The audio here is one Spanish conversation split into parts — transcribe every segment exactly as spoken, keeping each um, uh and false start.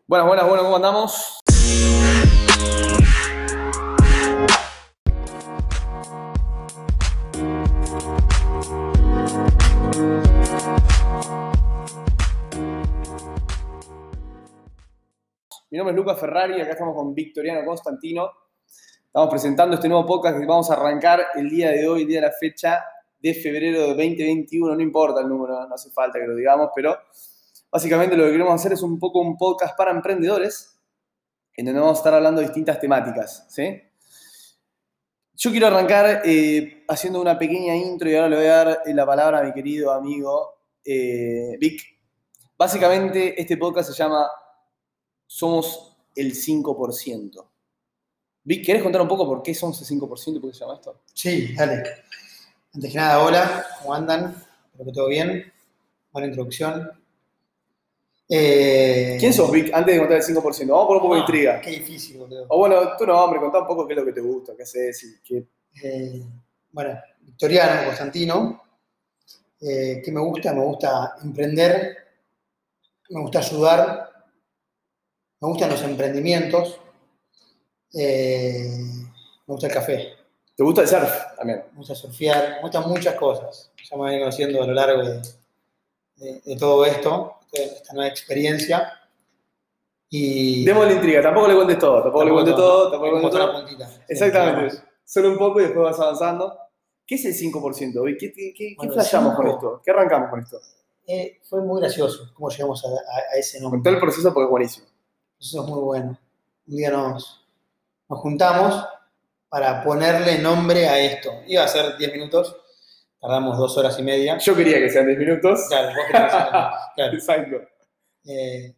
Buenas, buenas, buenas, ¿cómo andamos? Mi nombre es Lucas Ferrari, acá estamos con Victoriano Constantino. Estamos presentando este nuevo podcast que vamos a arrancar el día de hoy, el día de la fecha de febrero de veinte veintiuno. No importa el número, no hace falta que lo digamos, pero básicamente lo que queremos hacer es un poco un podcast para emprendedores, en donde vamos a estar hablando de distintas temáticas, ¿sí? Yo quiero arrancar eh, haciendo una pequeña intro y ahora le voy a dar la palabra a mi querido amigo eh, Vic. Básicamente este podcast se llama Somos el cinco por ciento. Vic, ¿querés contar un poco por qué somos el cinco por ciento y por qué se llama esto? Sí, dale. Antes que nada, hola, ¿cómo andan? Espero que todo bien. Buena introducción. Eh... ¿Quién sos, Vic? Antes de contar el cinco por ciento, vamos por un poco de ah, intriga. Qué difícil, boludo. O bueno, tú no, hombre, contá un poco qué es lo que te gusta, qué haces y qué... Eh, bueno, Victoriano Constantino. Eh, ¿Qué me gusta? Me gusta emprender, me gusta ayudar, me gustan los emprendimientos, eh, me gusta el café. ¿Te gusta el surf también? Me gusta surfear, me gustan muchas cosas. Ya me voy conociendo a lo largo de, de, de todo esto, de esta nueva experiencia. Y démosle intriga, tampoco le cuentes todo, tampoco, tampoco le cuentes todo, todo, tampoco le cuentes todo. Puntita, exactamente, sí, solo un poco y después vas avanzando. ¿Qué es el cinco por ciento? ¿Qué, qué, qué, bueno, ¿qué flashamos cinco, con esto? ¿Qué arrancamos con esto? Eh, fue muy gracioso cómo llegamos a, a, a ese nombre. Conté el proceso porque es buenísimo. Eso es muy bueno. Un día nos, nos juntamos para ponerle nombre a esto. Iba a ser diez minutos, tardamos dos horas y media. Yo quería que sean diez minutos. Claro, vos querías que sean diez minutos. Claro. Exacto. Eh,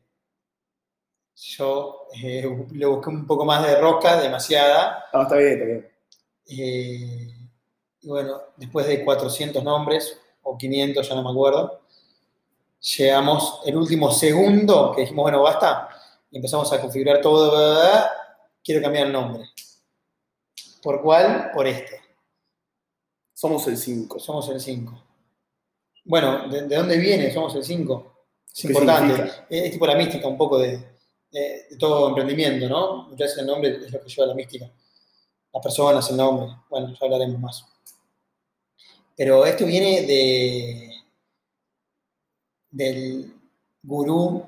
yo eh, le busqué un poco más de rosca, demasiada. No, está bien, está bien. Eh, y bueno, después de cuatrocientos nombres, o quinientos, ya no me acuerdo, llegamos el último segundo que dijimos, bueno, basta, y empezamos a configurar todo, bla, bla, bla, quiero cambiar el nombre. ¿Por cuál? Por este. Somos el cinco. Somos el cinco. Bueno, ¿de, de dónde viene Somos el cinco? Es ¿Qué importante. significa? Es tipo la mística un poco de, de, de todo emprendimiento, ¿no? Muchas veces el nombre es lo que lleva a la mística. Las personas, el nombre. Bueno, ya hablaremos más. Pero esto viene de del gurú,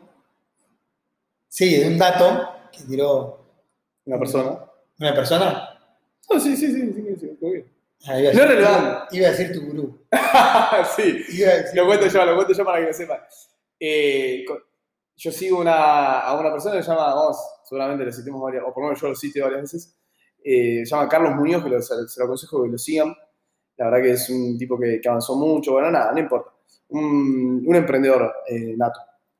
sí, de un dato que tiró ¿Una persona? ¿Una persona? Oh, sí, sí, sí, sí, sí, muy bien. Ah, iba a no decir, es relevante. Iba a decir tu gurú. sí, Iba a decir lo cuento yo, lo cuento yo para que lo sepan. Eh, yo sigo una, a una persona que se llama, vamos, seguramente lo citemos varias, o por lo menos yo lo cité varias veces, eh, se llama Carlos Muñoz, que lo, se, se lo aconsejo que lo sigan. La verdad que es un tipo que, que avanzó mucho, bueno, nada, no importa. Un, un emprendedor eh, nato.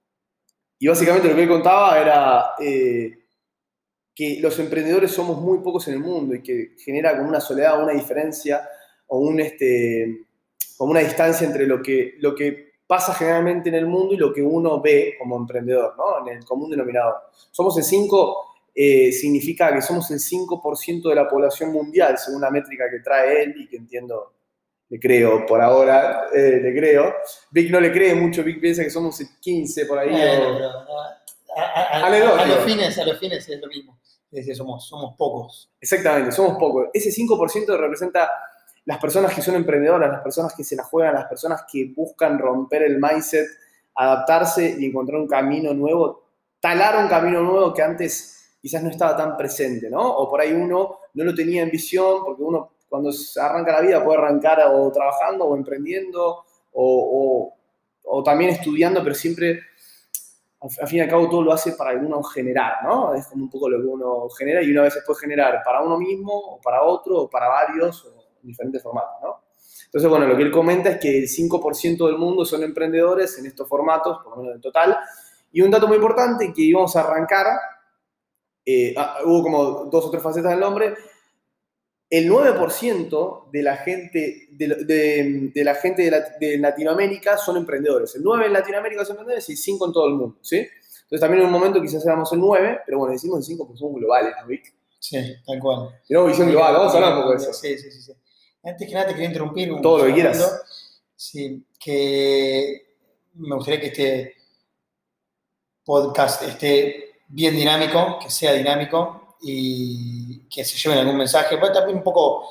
Y básicamente lo que él contaba era eh, que los emprendedores somos muy pocos en el mundo y que genera como una soledad, una diferencia o un, este, como una distancia entre lo que, lo que pasa generalmente en el mundo y lo que uno ve como emprendedor, ¿no? En el común denominador. Somos el cinco, eh, significa que somos el cinco por ciento de la población mundial, según la métrica que trae él y que entiendo, le creo por ahora, eh, le creo. Vic no le cree mucho, Vic piensa que somos el quince por ahí. Bueno, o... pero, a, a, a, a, a, los fines, a los fines es lo mismo. Es decir, somos, somos pocos. Exactamente, somos pocos. Ese cinco por ciento representa las personas que son emprendedoras, las personas que se la juegan, las personas que buscan romper el mindset, adaptarse y encontrar un camino nuevo, talar un camino nuevo que antes quizás no estaba tan presente, ¿no? O por ahí uno no lo tenía en visión, porque uno cuando se arranca la vida puede arrancar o trabajando o emprendiendo o, o, o también estudiando, pero siempre, al fin y al cabo, todo lo hace para uno generar, ¿no? Es como un poco lo que uno genera y una vez puede generar para uno mismo o para otro o para varios o en diferentes formatos, ¿no? Entonces, bueno, lo que él comenta es que el cinco por ciento del mundo son emprendedores en estos formatos, por lo menos en total. Y un dato muy importante que íbamos a arrancar, eh, hubo como dos o tres facetas del nombre. El nueve por ciento de la gente de, de, de, la gente de, la, de Latinoamérica son emprendedores. El nueve por ciento en Latinoamérica son emprendedores y el cinco por ciento en todo el mundo, ¿sí? Entonces también en un momento quizás éramos el nueve por ciento, pero bueno, decimos el cinco por ciento porque somos globales, ¿no, Vic? Sí, tal cual. Tenemos visión global, vamos a hablar un poco de eso. Sí, sí, sí, sí. Antes que nada te quería interrumpir. Un todo lo que segundo. quieras. Sí, que me gustaría que este podcast esté bien dinámico, que sea dinámico y que se lleven algún mensaje. Bueno, también un poco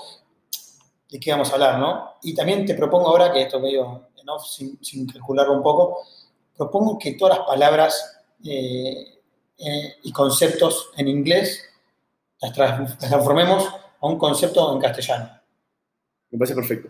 de qué vamos a hablar, ¿no? Y también te propongo ahora, que esto medio en off, sin, sin calcularlo un poco, propongo que todas las palabras eh, eh, y conceptos en inglés las, trans, las transformemos a un concepto en castellano. Me parece perfecto.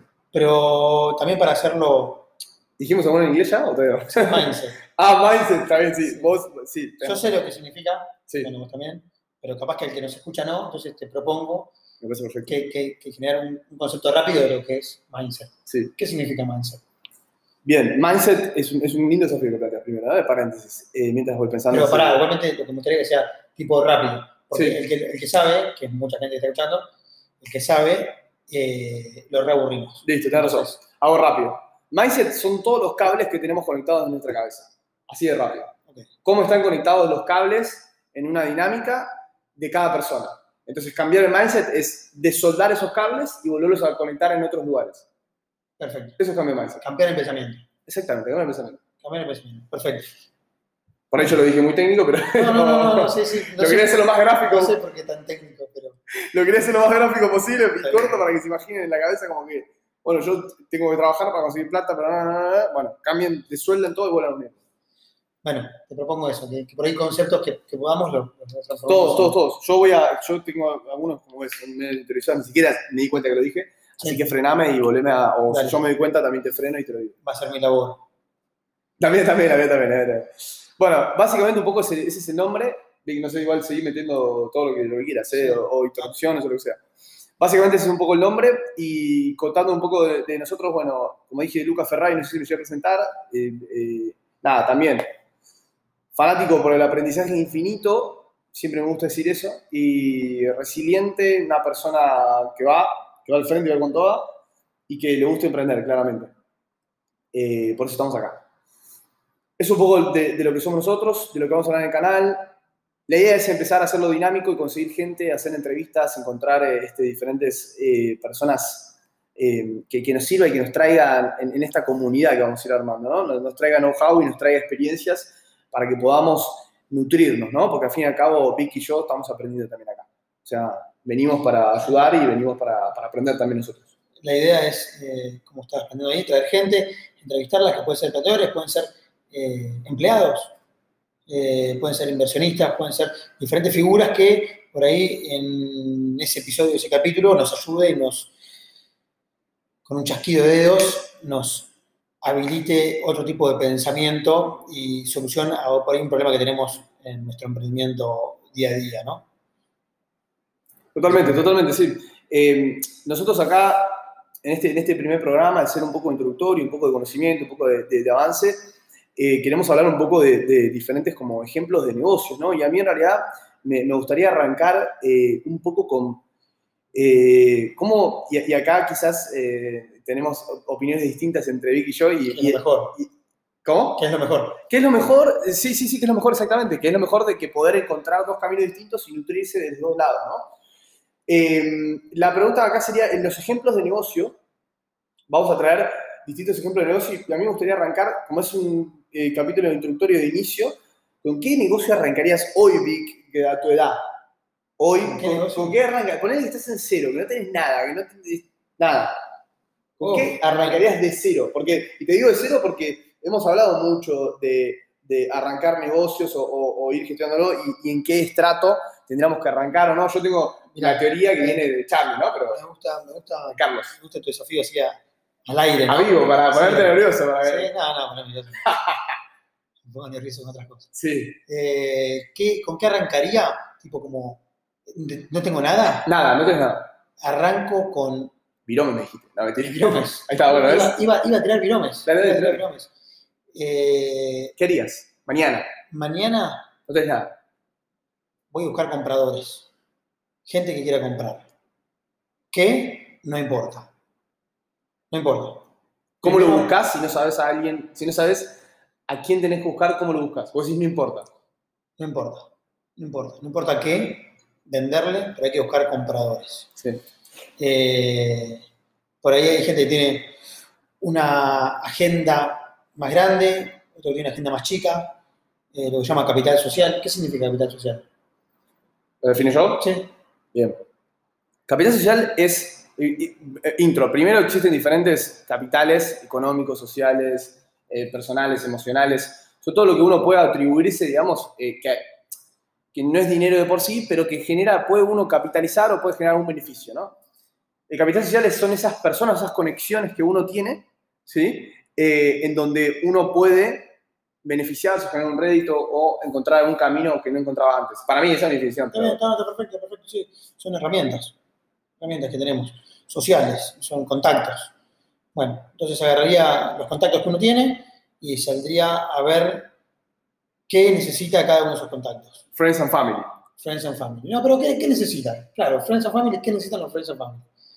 Pero también para hacerlo... ¿Dijimos alguno en inglés ya o todavía no? Mindset. Ah, mindset, está bien, sí. Vos, sí. Yo sé lo que significa, sí. Bueno, vos también, pero capaz que el que nos escucha no, entonces te propongo Me parece perfecto. que, que, que generar un, un concepto rápido de lo que es mindset. Sí. ¿Qué significa mindset? Bien, mindset es un, es un lindo desafío que planteas primero, ¿no? De paréntesis, eh, mientras voy pensando. Pero pará, igualmente lo que me gustaría que sea tipo rápido, porque sí. el, que, el que sabe, que mucha gente está escuchando, el que sabe, eh, lo reaburrimos. Listo, tenés razón. Hago rápido. Mindset son todos los cables que tenemos conectados en nuestra cabeza. Así de rápido. Okay. ¿Cómo están conectados los cables en una dinámica de cada persona? Entonces, cambiar el mindset es desoldar esos cables y volverlos a conectar en otros lugares. Perfecto. Eso es cambiar el mindset. Cambiar el pensamiento. Exactamente, cambiar el pensamiento. Cambiar el pensamiento. Perfecto. Por ahí yo lo dije muy técnico, pero... No, no, no, no, no sí, sí. No lo sé, quería hacer lo más gráfico. No sé por qué tan técnico, pero... Lo quería hacer lo más gráfico posible y corto para que se imaginen en la cabeza como que, bueno, yo tengo que trabajar para conseguir plata, pero no, no, no, no. Bueno, cambien, desuelden todo y vuelvan a unir. Bueno, te propongo eso, que, que por ahí conceptos que, que podamos los lo Todos, todos, todos. Yo voy a, yo tengo algunos, como ves, son medio interesantes, ni siquiera me di cuenta que lo dije, sí. Así que frename y volveme a, o Dale. Si yo me doy cuenta también te freno y te lo digo. Va a ser mi labor. También, también, también, también. también. Bueno, básicamente un poco ese, ese es el nombre, no sé, igual seguir metiendo todo lo que, lo que quieras, ¿eh? sí. o, o introducciones o lo que sea. Básicamente ese es un poco el nombre y contando un poco de, de nosotros, bueno, como dije, Luca Ferrari, no sé si me llegué a presentar, eh, eh, nada, también fanático por el aprendizaje infinito, siempre me gusta decir eso, y resiliente, una persona que va, que va al frente y va con toda, y que le gusta emprender, claramente. Eh, por eso estamos acá. Es un poco de, de lo que somos nosotros, de lo que vamos a hablar en el canal. La idea es empezar a hacerlo dinámico y conseguir gente, hacer entrevistas, encontrar eh, este, diferentes eh, personas eh, que, que nos sirvan y que nos traigan en, en esta comunidad que vamos a ir armando, ¿no? Nos, nos traigan know-how y nos traigan experiencias para que podamos nutrirnos, ¿no? Porque al fin y al cabo, Vic y yo estamos aprendiendo también acá. O sea, venimos para ayudar y venimos para, para aprender también nosotros. La idea es, eh, como estás aprendiendo ahí, traer gente, entrevistarlas, que pueden ser emprendedores, pueden ser eh, empleados, eh, pueden ser inversionistas, pueden ser diferentes figuras que por ahí en ese episodio, ese capítulo, nos ayude y nos, con un chasquido de dedos, nos habilite otro tipo de pensamiento y solución a por ahí un problema que tenemos en nuestro emprendimiento día a día, ¿no? Totalmente, totalmente, sí. Eh, nosotros acá, en este, en este primer programa, al ser un poco introductorio, un poco de conocimiento, un poco de, de, de avance, eh, queremos hablar un poco de, de diferentes como ejemplos de negocios, ¿no? Y a mí en realidad me, me gustaría arrancar eh, un poco con eh, cómo, y, y acá quizás eh, tenemos opiniones distintas entre Vic y yo. Y, ¿Qué es lo y, mejor? Y, ¿Cómo? ¿Qué es lo mejor? ¿Qué es lo mejor? Sí, sí, sí, que es lo mejor exactamente. Que es lo mejor de que poder encontrar dos caminos distintos y nutrirse de los dos lados, ¿no? Eh, la pregunta acá sería, en los ejemplos de negocio, vamos a traer distintos ejemplos de negocio y a mí me gustaría arrancar, como es un eh, capítulo introductorio de inicio, ¿con qué negocio arrancarías hoy, Vic, a tu edad? Hoy, ¿con qué, ¿con, ¿con qué arrancas? Ponele que estás en cero, que no tenés nada, que no tenés nada. ¿Con oh, qué arrancarías de cero? Porque, y te digo de cero porque hemos hablado mucho de, de arrancar negocios o, o, o ir gestionándolo y, y en qué estrato tendríamos que arrancar o no. Yo tengo una teoría que viene de Charlie, ¿no? Pero me gusta, me gusta, Carlos. Me gusta tu desafío así a, al aire, ¿no? A vivo, para ponerte sí, nervioso. Para sí, no, no, no, nervioso. Me pongo nervioso con otras cosas. Sí. Eh, ¿qué, ¿Con qué arrancaría? Tipo como, ¿no tengo nada? Nada, no tenés nada. Arranco con... Viromes me dijiste. No, me Viromes. Ahí está, bueno. Iba, iba, iba a tirar viromes. Dale, iba dale, a tirar viromes. Eh, ¿Qué harías? Mañana. Mañana... No tenés nada. Voy a buscar compradores. Gente que quiera comprar. ¿Qué? No importa. No importa. ¿Cómo lo buscas si no sabes a alguien, si no sabes a quién tenés que buscar, cómo lo buscas? Vos decís, no importa. No importa. No importa. No importa qué, venderle, pero hay que buscar compradores. Sí. Eh, por ahí hay gente que tiene una agenda más grande, otro que tiene una agenda más chica. eh, lo que se llama capital social. ¿Qué significa capital social? ¿Lo defino yo? Sí. Bien. Capital social es, intro, primero existen diferentes capitales económicos, sociales, eh, personales, emocionales, sobre todo lo que uno pueda atribuirse, digamos, eh, que, que no es dinero de por sí, pero que genera, puede uno capitalizar o puede generar un beneficio, ¿no? El capital social son esas personas, esas conexiones que uno tiene, ¿sí? Eh, en donde uno puede beneficiarse, generar un rédito o encontrar un camino que no encontraba antes. Para mí esa es mi definición. Está bien, está, está perfecto, perfecto, sí. Son herramientas, herramientas que tenemos, sociales, son contactos. Bueno, entonces agarraría los contactos que uno tiene y saldría a ver qué necesita cada uno de esos contactos. Friends and family. Friends and family. No, pero ¿qué, qué necesita? Claro, friends and family, ¿qué necesitan los friends and family?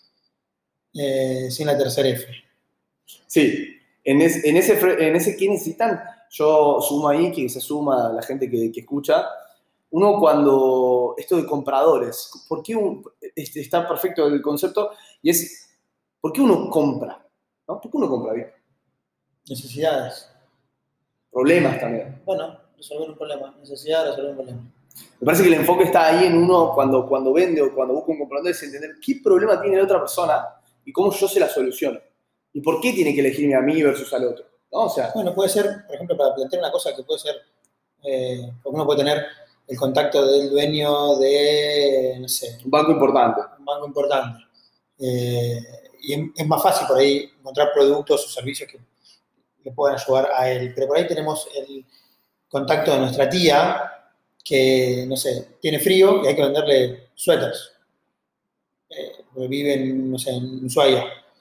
Eh, sin la tercera F. Sí, en, es, en, ese, en ese ¿qué necesitan? Yo sumo ahí, que se suma la gente que, que escucha. Uno cuando, esto de compradores, ¿por qué un, este, está perfecto el concepto? Y es, ¿por qué uno compra? ¿No? ¿Por qué uno compra? ¿Bien? Necesidades. Problemas también. Bueno, resolver un problema. Necesidad de resolver un problema. Me parece que el enfoque está ahí en uno cuando, cuando vende o cuando busca un comprador, es entender qué problema tiene la otra persona y cómo yo se la soluciono. ¿Y por qué tiene que elegirme a mí versus al otro? ¿No? O sea, bueno, puede ser, por ejemplo, para plantear una cosa que puede ser, eh, porque uno puede tener el contacto del dueño de, no sé, un banco importante. Un banco importante. Eh, y es más fácil por ahí encontrar productos o servicios que le puedan ayudar a él. Pero por ahí tenemos el contacto de nuestra tía, que, no sé, tiene frío y hay que venderle suéteres. Eh, porque vive en, no sé, en Ushuaia.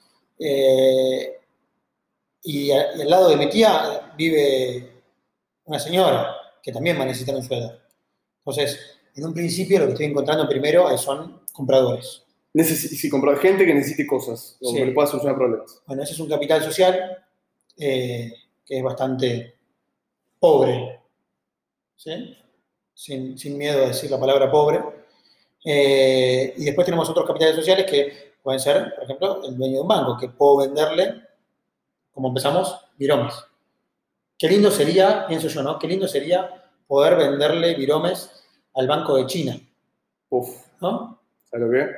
Eh, y, a, y al lado de mi tía vive una señora que también va a necesitar un suéter. Entonces, en un principio lo que estoy encontrando primero son compradores. Neces si comprar gente que necesite cosas o Sí. que le pueda solucionar problemas. Bueno, ese es un capital social eh, que es bastante pobre, ¿sí? Sin, sin miedo a decir la palabra pobre. Eh, y después tenemos otros capitales sociales que pueden ser, por ejemplo, el dueño de un banco, que puedo venderle, como empezamos, viromes. Qué lindo sería, pienso yo, ¿no? Qué lindo sería poder venderle viromes al Banco de China. Uf. ¿No? ¿Sabes lo que?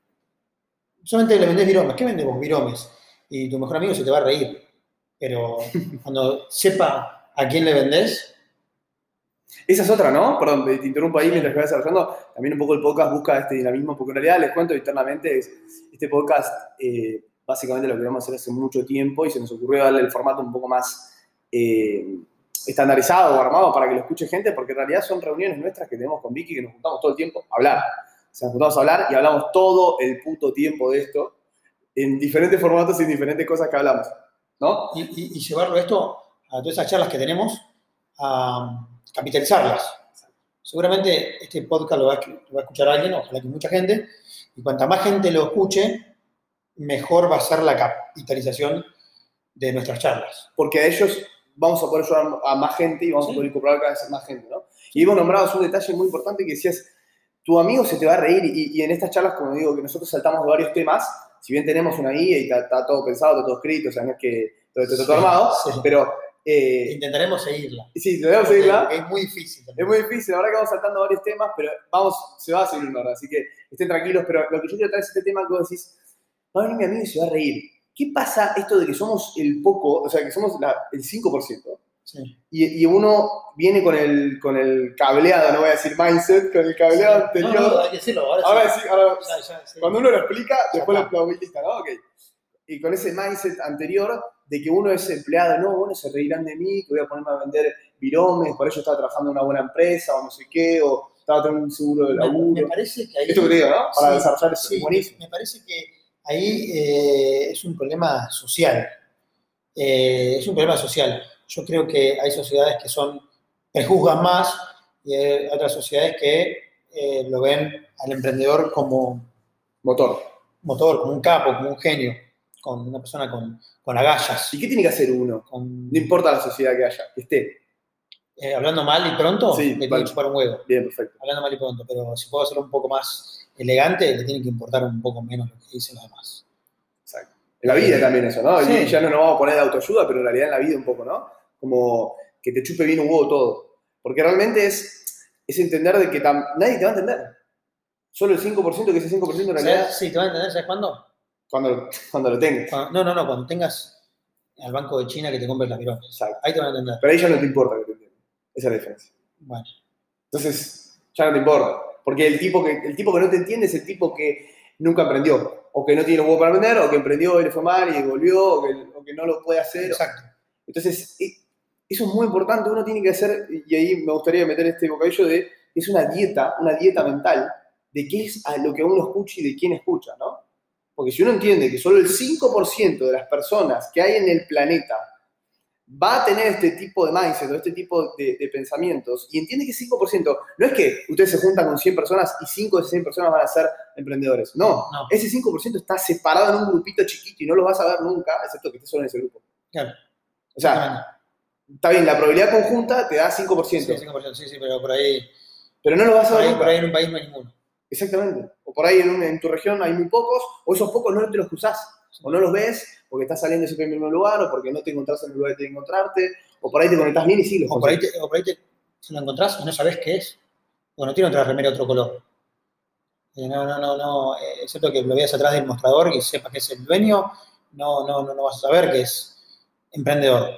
Solamente le vendés viromes. ¿Qué vendés vos? Viromes. Y tu mejor amigo se te va a reír. Pero cuando sepa a quién le vendés. Esa es otra, ¿no? Perdón, te interrumpo ahí mientras que vas desarrollando. También un poco el podcast busca este dinamismo, porque en realidad les cuento internamente, es, este podcast eh, básicamente lo queremos hacer hace mucho tiempo y se nos ocurrió darle el formato un poco más eh, estandarizado o armado para que lo escuche gente, porque en realidad son reuniones nuestras que tenemos con Vicky, que nos juntamos todo el tiempo a hablar. O sea, nos juntamos a hablar y hablamos todo el puto tiempo de esto, en diferentes formatos y en diferentes cosas que hablamos, ¿no? Y, y, y llevarlo esto a todas esas charlas que tenemos, a capitalizarlas. Seguramente este podcast lo va, a, lo va a escuchar alguien, ojalá que mucha gente, y cuanta más gente lo escuche, mejor va a ser la capitalización de nuestras charlas. Porque a ellos vamos a poder ayudar a más gente y vamos sí. a poder incorporar cada vez más gente, ¿no? Y vos nombrabas un detalle muy importante que decías, tu amigo se te va a reír, y, y en estas charlas, como digo, que nosotros saltamos de varios temas, si bien tenemos una guía y está, está todo pensado, está todo escrito, o sea, no es que todo esto está todo armado, sí. pero... Eh, intentaremos seguirla. Sí, intentaremos seguirla. Es muy difícil. También. Es muy difícil, la verdad que vamos saltando varios temas, pero vamos, se va a seguir una hora, así que estén tranquilos, pero lo que yo quiero traer es este tema que vos decís, va a venir mi amigo y se va a reír. ¿Qué pasa esto de que somos el poco, o sea, que somos la, el cinco por ciento? Sí. Y, y uno viene con el, con el cableado, no voy a decir mindset, con el cableado sí. anterior. No, no, hay que decirlo, ahora, ahora sí. sí. Ahora, ya, ya, sí. Cuando uno lo explica, después lo, lo habilita, ¿no? Ok. Y con ese mindset anterior de que uno es empleado, no, bueno, se reirán de mí, que voy a ponerme a vender viromes, por eso estaba trabajando en una buena empresa, o no sé qué, o estaba teniendo un seguro de laburo. Me, me parece que ahí... Esto que te digo, ¿no? Para sí, desarrollar eso, sí, es buenísimo. Me parece que ahí eh, es un problema social. Eh, es un problema social. Yo creo que hay sociedades que son, prejuzgan más, y hay otras sociedades que eh, lo ven al emprendedor como... Motor. Motor, como un capo, como un genio. Con una persona con, con agallas. ¿Y qué tiene que hacer uno? Con, no importa la sociedad que haya, que esté. Eh, hablando mal y pronto, sí, le tiene vale. que chupar un huevo. Bien, perfecto. Hablando mal y pronto, pero si puedo hacerlo un poco más elegante, le tiene que importar un poco menos lo que dicen los demás. Exacto. En la vida eh, también eso, ¿no? Sí. Y ya no nos vamos a poner de autoayuda, pero en realidad en la vida un poco, ¿no? Como que te chupe bien un huevo todo. Porque realmente es, es entender de que tam, nadie te va a entender. Solo el cinco por ciento, que ese cinco por ciento en realidad... ¿Sabes? Sí, ¿te va a entender? ¿Sabes cuándo? Cuando, cuando lo tengas. Cuando, no, no, no, cuando tengas al Banco de China que te compres las viromes. Exacto. Ahí te van a entender. Pero ahí ya no te importa que te entiendan. Esa es la diferencia. Bueno. Entonces, ya no te importa. Porque el tipo, que, el tipo que no te entiende es el tipo que nunca aprendió. O que no tiene los huevos para aprender, o que emprendió y le fue mal y volvió, o que, o que no lo puede hacer. Exacto. Entonces, eso es muy importante. Uno tiene que hacer, y ahí me gustaría meter este bocadillo de, es una dieta, una dieta mental de qué es a lo que uno escucha y de quién escucha, ¿no? Porque si uno entiende que solo el cinco por ciento de las personas que hay en el planeta va a tener este tipo de mindset o este tipo de, de pensamientos, y entiende que cinco por ciento no es que ustedes se juntan con cien personas y cinco de esas cien personas van a ser emprendedores. No, no. Ese cinco por ciento está separado en un grupito chiquito y no lo vas a ver nunca, excepto que estés solo en ese grupo. Claro. O sea, está bien, la probabilidad conjunta te da cinco por ciento. Sí, cinco por ciento, sí, sí, pero por ahí... Pero no lo vas a ver ahí, nunca. Por ahí en un país no hay ninguno. Exactamente. O por ahí en, un, en tu región hay muy pocos, o esos pocos no te los cruzás, o no los ves porque estás saliendo siempre en el mismo lugar, o porque no te encontrás en el lugar que tienes que encontrarte, o por ahí te conectás bien y sí los o por ahí, te, o por ahí te, si lo encontrás y no sabés qué es, o no tiene otra remera de otro color. Eh, no, no, no, no, eh, excepto que lo veas atrás del mostrador y sepas que es el dueño, no, no, no, no vas a saber que es emprendedor.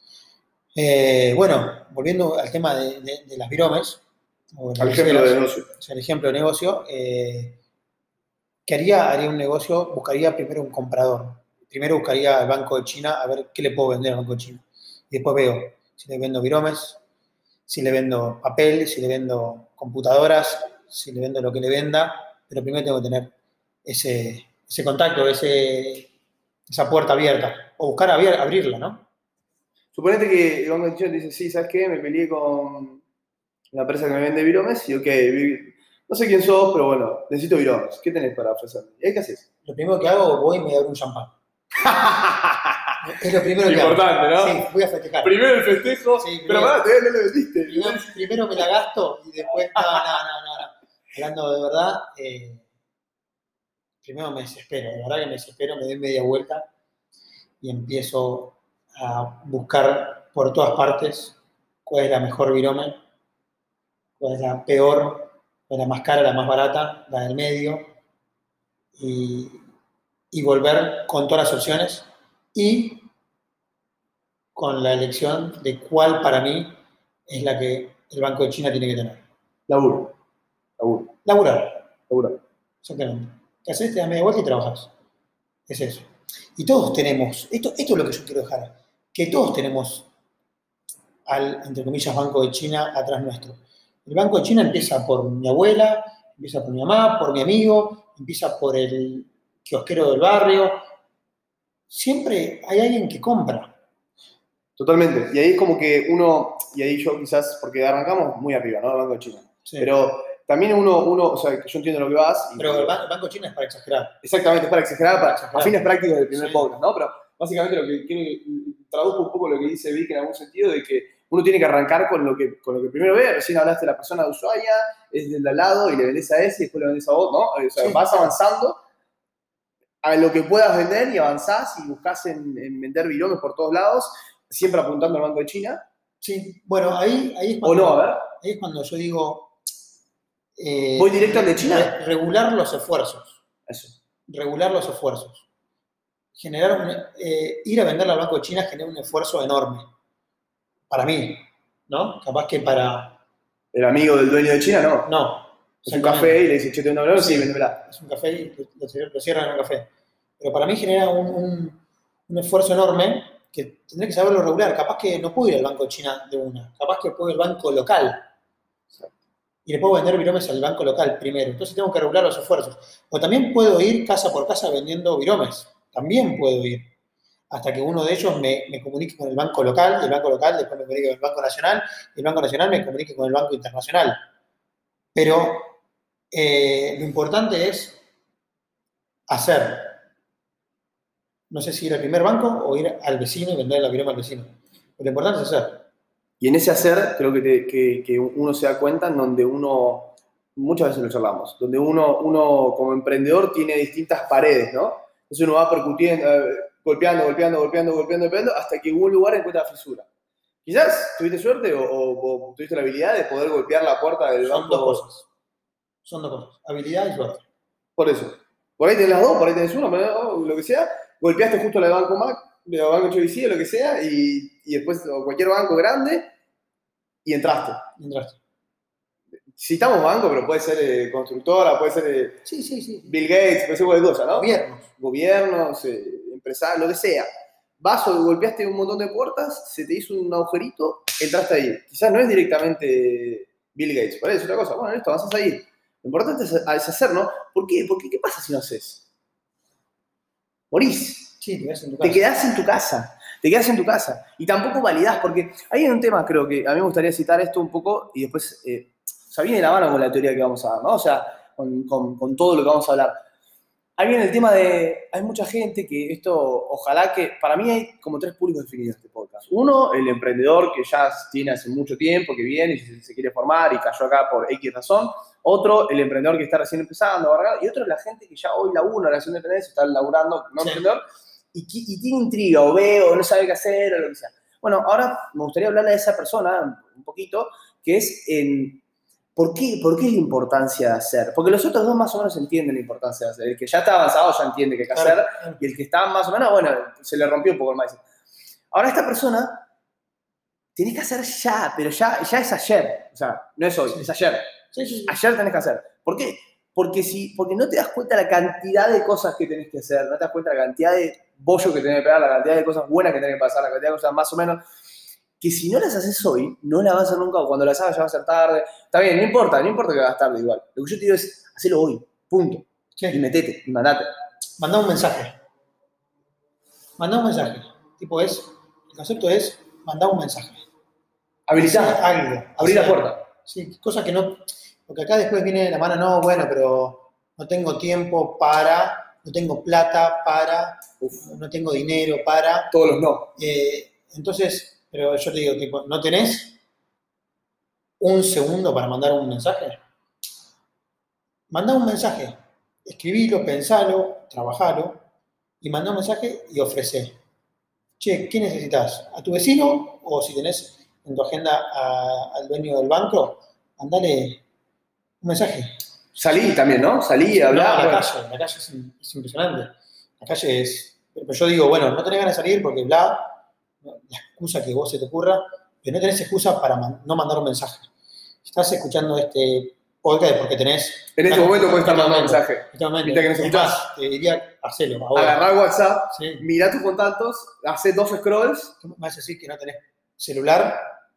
Eh, bueno, volviendo al tema de, de, de las viromes, o al ejemplo de negocio. O sea, el ejemplo de negocio, eh, ¿qué haría? Haría un negocio, buscaría primero un comprador. Primero buscaría al Banco de China a ver qué le puedo vender al Banco de China. Y después veo si le vendo viromes, si le vendo papel, si le vendo computadoras, si le vendo lo que le venda, pero primero tengo que tener ese, ese contacto, ese, esa puerta abierta, o buscar abrir, abrirla, ¿no? Suponete que el Banco de China te dice, sí, ¿sabes qué? Me peleé con la empresa que me vende viromes y ok, no sé quién sos, pero bueno, necesito viromes. ¿Qué tenés para ofrecerme? ¿Y qué haces? Lo primero que hago, voy y me abro un champán. Es lo primero que importante, hago. ¿no? Sí, voy a festejar. Primero el festejo, sí, pero para, todavía no lo vendiste. Primero, primero me la gasto y después, no, no, no, no, no. Hablando de verdad, eh, primero me desespero, de verdad que me desespero, me doy media vuelta y empiezo a buscar por todas partes cuál es la mejor virome, cuál es la peor, cuál es la más cara, la más barata, la del medio, y, y volver con todas las opciones y con la elección de cuál para mí es la que el Banco de China tiene que tener. Laburo. Laburo. Laburar. Laburar. Exactamente. Te haces, te das media vuelta y trabajas. Es eso. Y todos tenemos, esto, esto es lo que yo quiero dejar, que todos tenemos al, entre comillas, Banco de China atrás nuestro. El Banco de China empieza por mi abuela, empieza por mi mamá, por mi amigo, empieza por el kiosquero del barrio. Siempre hay alguien que compra. Totalmente. Y ahí es como que uno, y ahí yo quizás, porque arrancamos muy arriba, ¿no? El Banco de China. Sí. Pero también uno, uno, o sea, yo entiendo lo que vas. Y, pero el Banco de China es para exagerar. Exactamente, es para exagerar, para, para exagerar. A fines prácticos del primer sí. podcast, ¿no? Pero básicamente lo que quiero, traduzco un poco lo que dice Vic en algún sentido, de que uno tiene que arrancar con lo que, con lo que primero ve. Recién hablaste de la persona de Ushuaia, es del de al lado y le vendés a ese y después le vendés a vos, ¿no? O sea, sí. Vas avanzando a lo que puedas vender y avanzás y buscás en, en vender viromes por todos lados, siempre apuntando al Banco de China. Sí, bueno, ahí, ahí es cuando, o no, a ver. Ahí es cuando yo digo... Eh, ¿Voy directo al de China? Regular los esfuerzos. Eso. Regular los esfuerzos. Generar un, eh, ir a venderle al Banco de China genera un esfuerzo enorme. Para mí, ¿no? Capaz que para... ¿El amigo del dueño de China? No. No. Es un café y le dice, che, te vendo un sí, vendemela. Es un café y lo, lo cierran en un café. Pero para mí genera un, un, un esfuerzo enorme que tendré que saberlo regular. Capaz que no puedo ir al Banco de China de una. Capaz que puedo ir al banco local. Y le puedo vender viromes al banco local primero. Entonces tengo que regular los esfuerzos. O también puedo ir casa por casa vendiendo viromes. También puedo ir. Hasta que uno de ellos me, me comunique con el banco local, y el banco local después me comunique con el Banco Nacional, y el Banco Nacional me comunique con el Banco Internacional. Pero eh, lo importante es hacer. No sé si ir al primer banco o ir al vecino y vender la viroma al vecino. Pero lo importante es hacer. Y en ese hacer, creo que, te, que, que uno se da cuenta en donde uno, muchas veces lo charlamos, donde uno, uno como emprendedor tiene distintas paredes, ¿no? Entonces uno va percutiendo, eh, golpeando, golpeando, golpeando, golpeando, golpeando, hasta que en un lugar encuentra la fisura. Quizás tuviste suerte o, o, o tuviste la habilidad de poder golpear la puerta del Son banco. dos cosas. Son dos cosas. Habilidad y suerte. Por eso. Por ahí tenés las dos, por ahí tenés una, o lo que sea. Golpeaste justo la de Banco Mac, de Banco Chovicía, lo que sea, y, y después o cualquier banco grande, y entraste. Entraste. Citamos banco, pero puede ser eh, constructora, puede ser eh, Sí, sí, sí. Bill Gates, puede ser cualquier cosa, ¿no? Gobiernos. Gobiernos, eh, empresarios, lo que sea. Vas o golpeaste un montón de puertas, se te hizo un agujerito, entraste ahí. Quizás no es directamente Bill Gates, por ahí es otra cosa. Bueno, listo, avanzas ahí. Lo importante es, es hacer, ¿no? ¿Por qué? Porque ¿qué pasa si no haces? Morís. Sí, te quedás en tu casa. Te quedás en tu casa. Te quedás en tu casa. Y tampoco validás, porque hay un tema, creo que a mí me gustaría citar esto un poco y después, eh, o sea, viene de la mano con la teoría que vamos a dar, ¿no? O sea, con, con, con todo lo que vamos a hablar. Ahí viene el tema de, hay mucha gente que esto, ojalá que, para mí hay como tres públicos definidos en este podcast. Uno, el emprendedor que ya tiene hace mucho tiempo, que viene y se, se quiere formar y cayó acá por X razón. Otro, el emprendedor que está recién empezando, ¿verdad? Y otro, la gente que ya hoy labura en la relación de dependencia, está laburando, no Sí. emprendedor, y, y tiene intriga, o ve, o no sabe qué hacer, o lo que sea. Bueno, ahora me gustaría hablarle a esa persona un poquito, que es en... ¿Por qué, ¿Por qué es la importancia de hacer? Porque los otros dos más o menos entienden la importancia de hacer. El que ya está avanzado ya entiende qué hay que hacer, Claro, claro. y el que está más o menos, bueno, se le rompió un poco el mindset. Ahora esta persona, tenés que hacer ya, pero ya, ya es ayer. O sea, no es hoy, Sí. es ayer. Sí, sí, sí. Ayer tenés que hacer. ¿Por qué? Porque, si, porque no te das cuenta de la cantidad de cosas que tenés que hacer, no te das cuenta de la cantidad de bollo que tenés que pegar, la cantidad de cosas buenas que tenés que pasar, la cantidad de cosas más o menos, que si no las haces hoy, no las vas a hacer nunca, o cuando las hagas ya va a ser tarde. Está bien, no importa, no importa que hagas tarde igual. Lo que yo te digo es, hacelo hoy, punto. Sí. Y metete, y mandate. Mandá un mensaje. Mandá un mensaje. Tipo es, el concepto es, mandá un mensaje. Habilitar, Hacer algo. abrir Hacer la puerta. Sí, cosa que no, porque acá después viene la mano, no, bueno, pero no tengo tiempo para, no tengo plata para, Uf, no tengo dinero para, todos los no. eh, entonces, pero yo te digo, tipo, ¿no tenés un segundo para mandar un mensaje? Mandá un mensaje, escribilo, pensalo, trabajalo, y mandá un mensaje y ofrecé. Che, ¿qué necesitas? ¿A tu vecino? O si tenés en tu agenda a- al dueño del banco, mandale un mensaje. Salí también, ¿no? Salí, No, hablá. la bueno. calle, la calle es, es impresionante. La calle es. Pero yo digo, bueno, no tenés ganas de salir porque bla, la excusa que vos se te ocurra, pero no tenés excusa para man- no mandar un mensaje. Si estás escuchando este podcast es porque tenés. En este una- momento puedes estar en este mandando un momento, mensaje. en este momento. Viste que Es necesitas. más, te diría, hacelo ahora. Agarrá el WhatsApp, Sí. mirá tus contactos, hacé dos scrolls. ¿Qué me vas a decir que no tenés celular?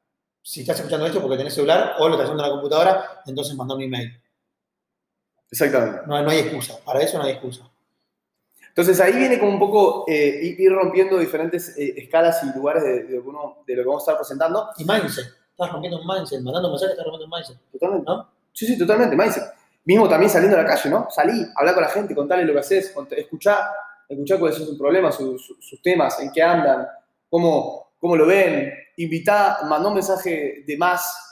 Si estás escuchando esto porque tenés celular o lo estás haciendo en la computadora, entonces mandá un email. Exactamente. No, no hay excusa. Para eso no hay excusa. Entonces ahí viene como un poco eh, ir rompiendo diferentes eh, escalas y lugares de, de, uno, de lo que vamos a estar presentando. Y mindset. Estás rompiendo un mindset. Mandando un mensaje estás rompiendo un mindset. Totalmente. ¿No? Sí, sí, totalmente, mindset. Mismo también saliendo a la calle, ¿no? Salí, hablar con la gente, contarle lo que haces, cont- escuchá, escuchá cuáles son sus problemas, sus, sus, sus temas, en qué andan, cómo, cómo lo ven. Invitá, mandó un mensaje de más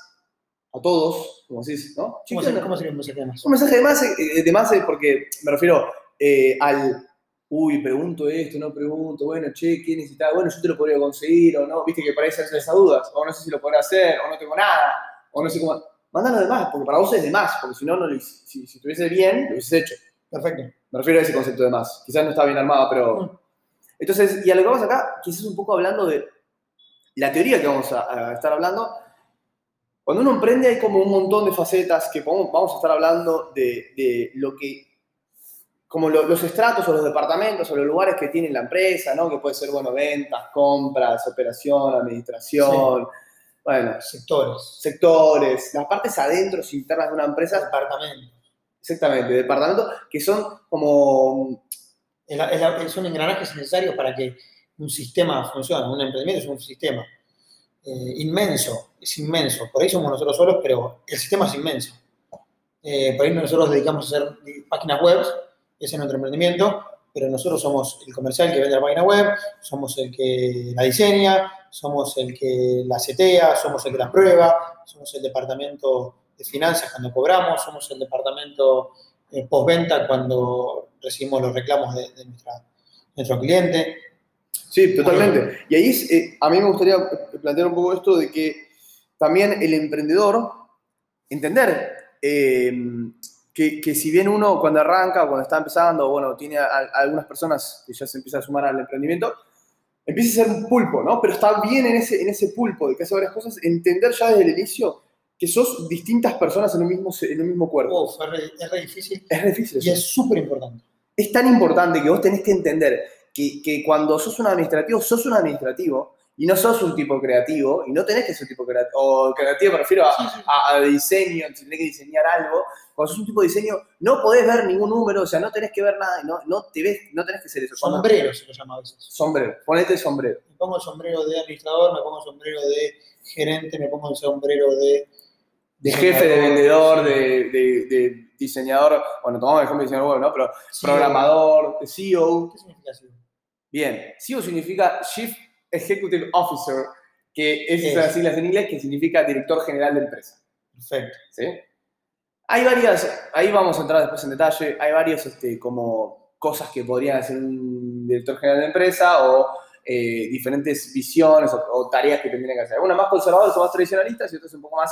a todos, como decís, ¿no? ¿Cómo, Chicos, sería, ¿Cómo sería un mensaje de más? un mensaje de más, eh, de más eh, porque me refiero eh, al, uy, pregunto esto, no pregunto, bueno, che, ¿qué necesitas? Bueno, yo te lo podría conseguir, o no, viste que parece hacer esas dudas, o no sé si lo podré hacer, o no tengo nada, o no sé cómo. Mándalo de más, porque para vos es de más, porque si no, no lo, si, si estuviese bien, lo hubieses hecho. Perfecto. Me refiero a ese concepto de más. Quizás no está bien armado, pero. Mm. Entonces, y a lo que vamos acá, quizás un poco hablando de la teoría que vamos a, a estar hablando. Cuando uno emprende hay como un montón de facetas que podemos, vamos a estar hablando de, de lo que, como lo, los estratos o los departamentos o los lugares que tiene la empresa, ¿no? Que puede ser, bueno, ventas, compras, operación, administración, sí. Bueno, sectores. Sectores, las partes adentro y internas de una empresa. Departamentos. Exactamente, departamentos que son como... Es la, es la, son engranajes necesarios para que un sistema funcione. Un emprendimiento es un sistema. Eh, inmenso, es inmenso. Por ahí somos nosotros solos, pero el sistema es inmenso. Eh, por ahí nosotros dedicamos a hacer páginas web, ese es nuestro emprendimiento, pero nosotros somos el comercial que vende la página web, somos el que la diseña, somos el que la setea, somos el que la prueba, somos el departamento de finanzas cuando cobramos, somos el departamento eh, postventa cuando recibimos los reclamos de, de nuestra, nuestro cliente. Sí, Sí, totalmente. Y ahí eh, a mí me gustaría plantear un poco esto de que también el emprendedor, entender eh, que, que si bien uno cuando arranca, cuando está empezando, bueno, tiene a, a algunas personas que ya se empiezan a sumar al emprendimiento, empieza a ser un pulpo, ¿no? Pero está bien en ese, en ese pulpo de que hace varias cosas, entender ya desde el inicio que sos distintas personas en un mismo, en un mismo cuerpo. Uf, es, re, es re difícil. Es re difícil eso. Y es súper importante. Es tan importante que vos tenés que entender que, que cuando sos un administrativo, sos un administrativo y no sos un tipo creativo y no tenés que ser un tipo creativo. O creativo me refiero a, sí, sí. a, a diseño, si tenés que diseñar algo. Cuando sos un tipo de diseño, no podés ver ningún número, o sea, no tenés que ver nada, no, no, te ves, no tenés que ser eso. Sombrero cuando, se lo llama a veces. Sombrero, ponete sombrero. Me pongo el sombrero de administrador, me pongo el sombrero de gerente, me pongo el sombrero de... De jefe, de vendedor, de, de, de diseñador, bueno, tomamos el ejemplo de diseñador web, ¿no? Pero C E O, programador, de C E O. ¿Qué significa C E O? Bien, C E O significa Chief Executive Officer, que es, es las siglas en inglés, que significa director general de empresa. Perfecto. ¿Sí? Hay varias, ahí vamos a entrar después en detalle, hay varias este, como cosas que podrían hacer un director general de empresa o eh, diferentes visiones o, o tareas que tendrían que hacer. Una más conservadoras o más tradicionalistas y otras un poco más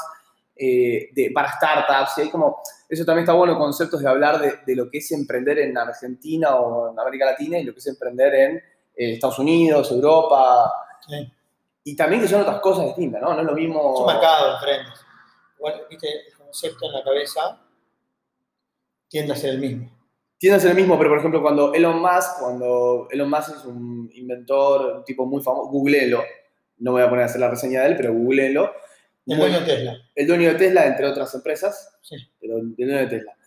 Eh, de, para startups, y hay como, eso también está bueno, conceptos de hablar de, de lo que es emprender en Argentina o en América Latina y lo que es emprender en eh, Estados Unidos, Europa, sí. Y también que son otras cosas distintas, ¿no? No es lo mismo... Son mercados diferentes. Igual, viste, el concepto en la cabeza tiende a ser el mismo. Tiende a ser el mismo, pero por ejemplo, cuando Elon Musk, cuando Elon Musk es un inventor, un tipo muy famoso, googleelo, no voy a poner a hacer la reseña de él, pero googleelo. El dueño de Tesla. El dueño de Tesla, entre otras empresas. Sí. Pero el dueño de Tesla.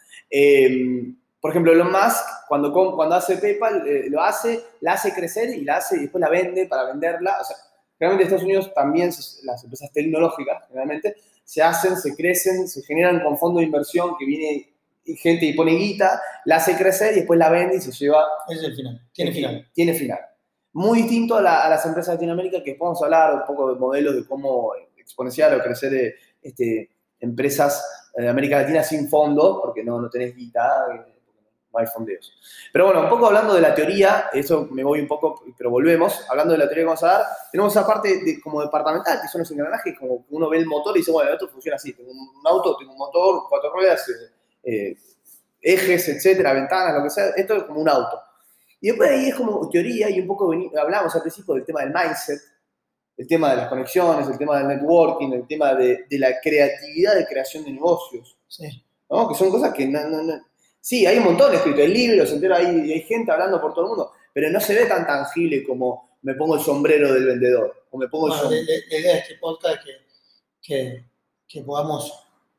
Eh, por ejemplo, Elon Musk, cuando, cuando hace PayPal, eh, lo hace, la hace crecer y la hace y después la vende para venderla. O sea, generalmente en Estados Unidos también las empresas tecnológicas, generalmente, se hacen, se crecen, se generan con fondo de inversión que viene gente y pone guita, la hace crecer y después la vende y se lleva... Ese es el final. Tiene final. Tiene final. Muy distinto a, la, a las empresas de Latinoamérica, que podemos hablar un poco de modelos de cómo exponenciar o crecer este, empresas de América Latina sin fondo, porque no, no tenés guita, no hay fondeos. Pero bueno, un poco hablando de la teoría, eso me voy un poco, pero volvemos, hablando de la teoría que vamos a dar, tenemos esa parte de, como departamental, que son los engranajes, como uno ve el motor y dice, bueno, esto funciona así, tengo un auto, tengo un motor, cuatro ruedas, eh, ejes, etcétera, ventanas, lo que sea, esto es como un auto. Y después ahí es como teoría y un poco hablamos al principio del tema del mindset, el tema de las conexiones, el tema del networking, el tema de, de la creatividad de creación de negocios. Sí. ¿No? Que son cosas que no, no, no. Sí, hay un montón escrito, hay libros, entero, hay, hay gente hablando por todo el mundo, pero no se ve tan tangible como me pongo el sombrero del vendedor. O me pongo bueno, el sombrero. La, la idea de este podcast es que, que, que podamos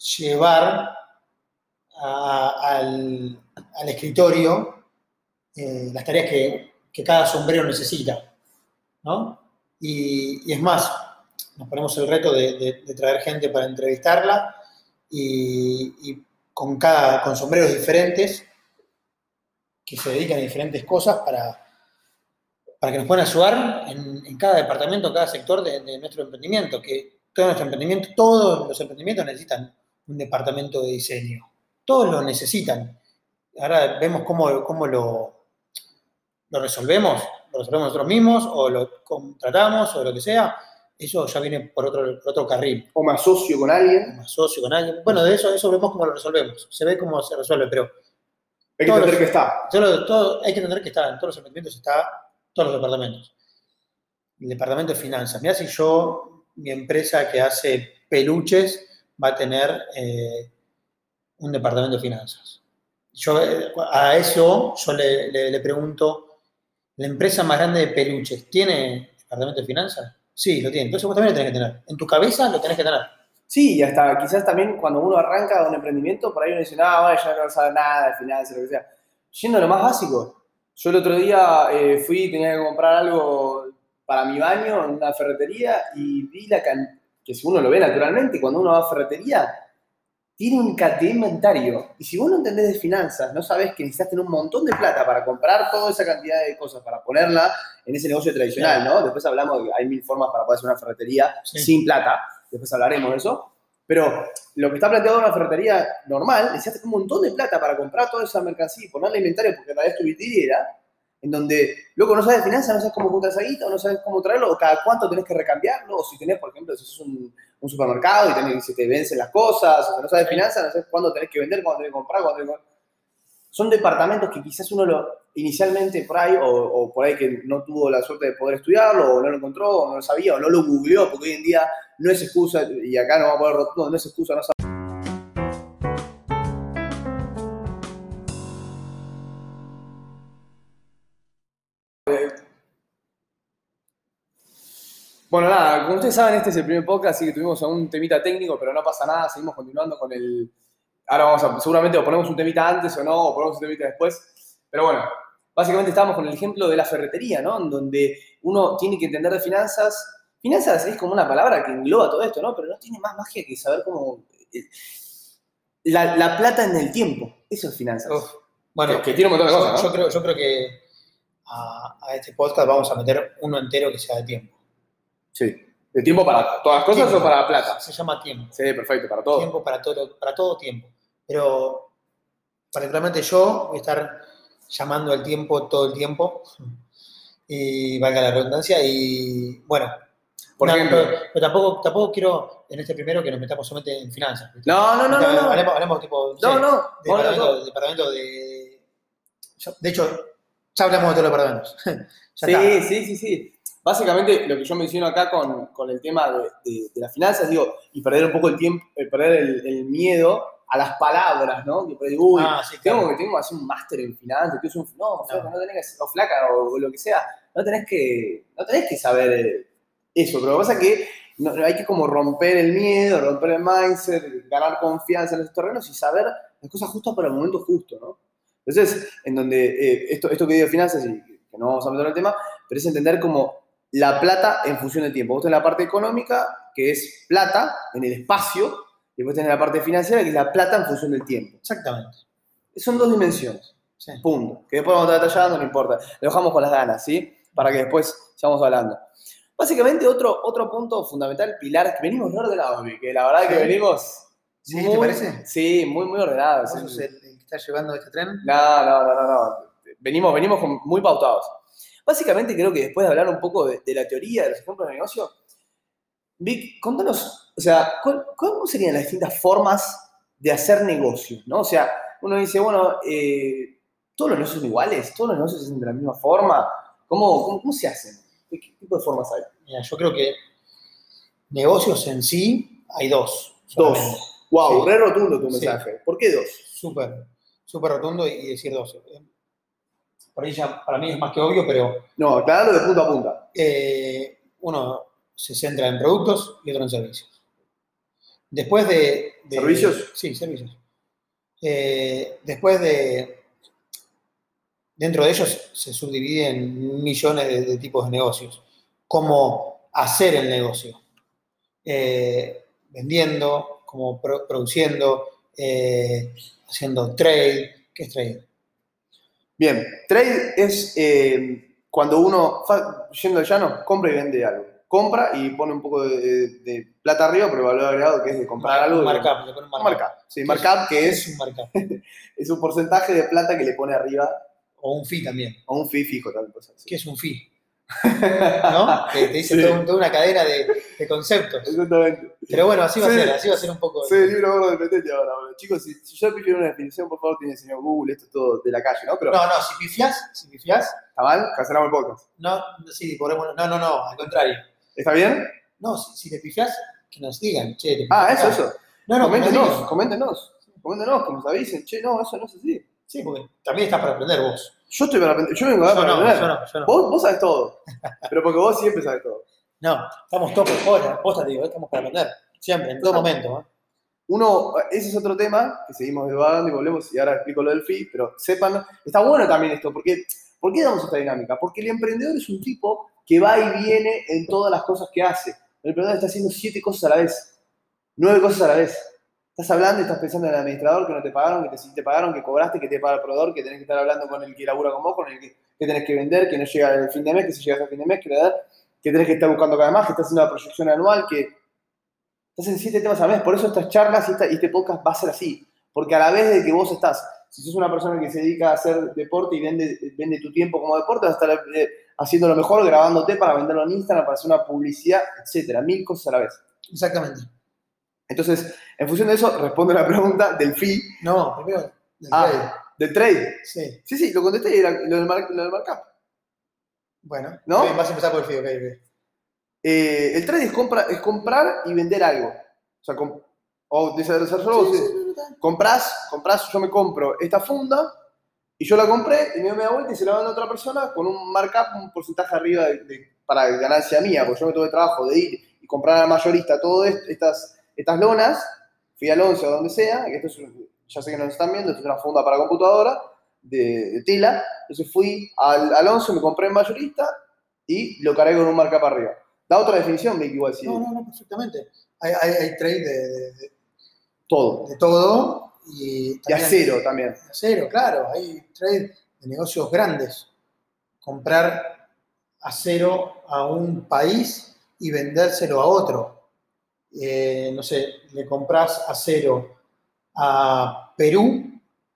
llevar a, al, al escritorio eh, las tareas que, que cada sombrero necesita, ¿no? Y, y es más, nos ponemos el reto de, de, de traer gente para entrevistarla y, y con, cada, con sombreros diferentes que se dedican a diferentes cosas para, para que nos puedan ayudar en, en cada departamento, en cada sector de, de nuestro emprendimiento, que todo nuestro emprendimiento, todos los emprendimientos necesitan un departamento de diseño. Todos lo necesitan. Ahora vemos cómo, cómo lo, lo resolvemos, lo resolvemos nosotros mismos, o lo contratamos, o lo que sea. Eso ya viene por otro, por otro carril. O me asocio con alguien. O me asocio con alguien. Bueno, de eso, eso vemos cómo lo resolvemos. Se ve cómo se resuelve, pero... Hay que entender los, que está. Todo, todo, hay que entender que está. En todos los emprendimientos está, todos los departamentos. El departamento de finanzas. Mirá si yo, mi empresa que hace peluches, va a tener eh, un departamento de finanzas. Yo a eso yo le, le, le pregunto, ¿la empresa más grande de peluches tiene departamento de finanzas? Sí, lo tiene. Entonces vos también lo tenés que tener. En tu cabeza lo tenés que tener. Sí, y hasta quizás también cuando uno arranca un emprendimiento, por ahí uno dice, no, bueno, yo no sabe nada de finanzas, lo que sea. Yendo a lo más básico. Yo el otro día eh, fui, tenía que comprar algo para mi baño en una ferretería y vi la can... que si uno lo ve naturalmente, cuando uno va a ferretería, tiene un cantidad de inventario. Y si vos no entendés de finanzas, no sabés que necesitas tener un montón de plata para comprar toda esa cantidad de cosas, para ponerla en ese negocio tradicional, ¿no? Después hablamos de que hay mil formas para poder hacer una ferretería sí. sin plata. Después hablaremos de eso. Pero lo que está planteado en una ferretería normal, necesitas un montón de plata para comprar toda esa mercancía y ponerle inventario porque en realidad es tu vidriera. en donde, loco, no sabes de finanzas, no sabes cómo juntar esa guita, o no sabes cómo traerlo, o cada cuánto tenés que recambiarlo, o si tenés, por ejemplo, si sos un, un supermercado y tenés, se te vencen las cosas, o si no sabes de finanzas, no sabes cuándo tenés que vender, cuándo tenés que comprar, cuándo tenés que... Son departamentos que quizás uno lo, inicialmente por ahí, o, o por ahí que no tuvo la suerte de poder estudiarlo, o no lo encontró, o no lo sabía, o no lo googleó, porque hoy en día no es excusa, y acá no vamos a poder rotundo, no es excusa no saber. Bueno, nada, como ustedes saben, este es el primer podcast, así que tuvimos un temita técnico, pero no pasa nada, seguimos continuando con el... Ahora vamos a, seguramente o ponemos un temita antes o no, o ponemos un temita después, pero bueno, básicamente estábamos con el ejemplo de la ferretería, ¿no? En donde uno tiene que entender de finanzas. Finanzas es como una palabra que engloba todo esto, ¿no? Pero no tiene más magia que saber cómo... La, la plata en el tiempo, eso es finanzas. Uf, bueno, que, que tiene un montón de yo, cosas, ¿no? Yo creo, yo creo que a, a este podcast vamos a meter uno entero que sea de tiempo. Sí. ¿De tiempo para todas las cosas tiempo. o para plata? Se llama tiempo. Sí, perfecto, para todo. Tiempo para todo, para todo tiempo. Pero particularmente yo voy a estar llamando al tiempo todo el tiempo, y valga la redundancia, y bueno, por no, ejemplo. Pero, pero tampoco, tampoco quiero en este primero que nos metamos solamente en finanzas. ¿Viste? No, no, no, no, no. Hablemos, hablemos tipo, no, sé, no, departamento, no. departamento de... De hecho, ya hablamos de todos los departamentos. sí, está. sí, sí, sí. Básicamente lo que yo menciono acá con, con el tema de, de, de las finanzas, digo, y perder un poco el tiempo, eh, perder el, el miedo a las palabras, ¿no? Que puedes decir, uy, ah, sí, tengo, claro. que, tengo que hacer un máster en finanzas, que es un, no, flaca, no. no tenés que hacer, o flaca, o, o lo que sea, no tenés que, no tenés que saber eso, pero lo que pasa es que no, hay que como romper el miedo, romper el mindset, ganar confianza en esos terrenos y saber las cosas justas para el momento justo, ¿no? Entonces, en donde eh, esto, esto que digo de finanzas, y que no vamos a meter en el tema, pero es entender como la plata en función del tiempo. Vos tenés la parte económica, que es plata en el espacio, y después tenés la parte financiera, que es la plata en función del tiempo. Exactamente. Son dos dimensiones. Sí. Punto. Que después vamos a estar detallando, no importa. Lo dejamos con las ganas, ¿sí? Para que después sigamos hablando. Básicamente, otro, otro punto fundamental, pilar, que venimos muy ordenados, que la verdad ¿Sí? que venimos... ¿Sí? Muy, ¿Te parece? Sí, muy, muy ordenados. ¿Vos sos el, el que está llevando este tren? No, no, no, no, no. Venimos, venimos muy pautados. Básicamente creo que después de hablar un poco de, de la teoría, de los ejemplos de negocio, Vic, contanos, o sea, ¿cuál, ¿cómo serían las distintas formas de hacer negocios, ¿no? O sea, uno dice, bueno, eh, ¿todos los negocios son iguales? ¿Todos los negocios se hacen de la misma forma? ¿Cómo, cómo, cómo se hacen? ¿Qué tipo de formas hay? Mira, yo creo que negocios en sí hay dos. Solamente. Dos. Wow, sí. Re rotundo tu mensaje. Sí. ¿Por qué dos? Súper, súper rotundo y decir dos. Por ahí ya, para mí es más que obvio, pero... No, aclararlo de punta a punta. Eh, uno se centra en productos y otro en servicios. Después de... de ¿Servicios? Sí, servicios. Eh, después de... Dentro de ellos se subdividen millones de, de tipos de negocios. Cómo hacer el negocio. Eh, vendiendo, como pro, produciendo, eh, haciendo trade. ¿Qué es trade? Bien, trade es eh, cuando uno, yendo al llano, compra y vende algo. Compra y pone un poco de, de, de plata arriba, pero el valor agregado que es de comprar Mar, algo. Un markup, le pone un markup. markup. Sí, markup que es, es un markup. Es un porcentaje de plata que le pone arriba. O un fee también. O un fee fijo también. Pues, ¿Qué es un fee? ¿No? Que te dice sí. todo, toda una cadena de, de conceptos. Exactamente. Pero bueno, así va sí. a ser, así va a ser un poco... Sí, el libro gordo de Petete ahora. Bueno, chicos, si, si yo pifié una definición, por favor, tiene el señor Google, esto es todo de la calle, ¿no? Pero, no, no, si pifiás, si pifiás... ¿Está mal? Cancelamos el podcast. No, sí, podemos, no, no, no, al contrario. ¿Está bien? No, si, si te pifiás, que nos digan, che, te Ah, eso, eso. No, no, coméntenos, coméntenos. Coméntenos, que nos avisen, che, no, eso no es así. Sí, porque también estás para aprender vos. Yo estoy para aprender, yo vengo a yo no, aprender. Yo no, yo no. Vos, vos sabés todo, pero porque vos siempre sabés todo. No, estamos todos por posta, te digo, estamos para aprender. Siempre, en todo momento. ¿eh? Uno, ese es otro tema que seguimos divagando y volvemos, y ahora explico lo del fee, pero sepan, está bueno también esto, porque ¿por qué damos esta dinámica? Porque el emprendedor es un tipo que va y viene en todas las cosas que hace. El emprendedor está haciendo siete cosas a la vez, nueve cosas a la vez. Estás hablando y estás pensando en el administrador que no te pagaron, que te, si te pagaron, que cobraste, que te paga el proveedor, que tenés que estar hablando con el que labura con vos, con el que, que tenés que vender, que no llega el fin de mes, que si llegas al fin de mes, que, le que tenés que estar buscando cada más, que estás haciendo la proyección anual, que estás en siete temas a la vez. Por eso estas charlas y, esta, y este podcast va a ser así. Porque a la vez de que vos estás Si sos una persona que se dedica a hacer deporte y vende, vende tu tiempo como deporte, vas a estar eh, haciendo lo mejor, grabándote para venderlo en Instagram, para hacer una publicidad, etcétera. Mil cosas a la vez. Exactamente. Entonces, en función de eso, respondo la pregunta del fee. No, primero, del ah, trade. ¿Del trade? Sí. Sí, sí, lo contesté, era lo del, mar, lo del markup. Bueno, ¿no? Vas a empezar por el fee, ok, ok. Eh, el trade es, compra, es comprar y vender algo. O sea, comp o desarrollarlo. Sí, sí, sí, sí. Comprás, comprás, yo me compro esta funda y yo la compré y me da vuelta y se la vendo a otra persona con un markup, un porcentaje arriba de, de, para ganancia mía, porque yo me tuve el trabajo de ir y comprar al mayorista todas estas, estas lonas, fui al once o donde sea, que esto es, ya sé que nos están viendo, esto es una funda para computadora de, de tela, entonces fui al, al once, me compré el mayorista y lo cargué con un markup arriba. Da otra definición, Vic, igual sí. No, no, no, perfectamente. Hay, hay, hay trade de, de, de todo. De todo. Y de acero hay, también. De acero, claro. Hay trade de negocios grandes. Comprar acero a un país y vendérselo a otro. Eh, no sé, le compras acero a Perú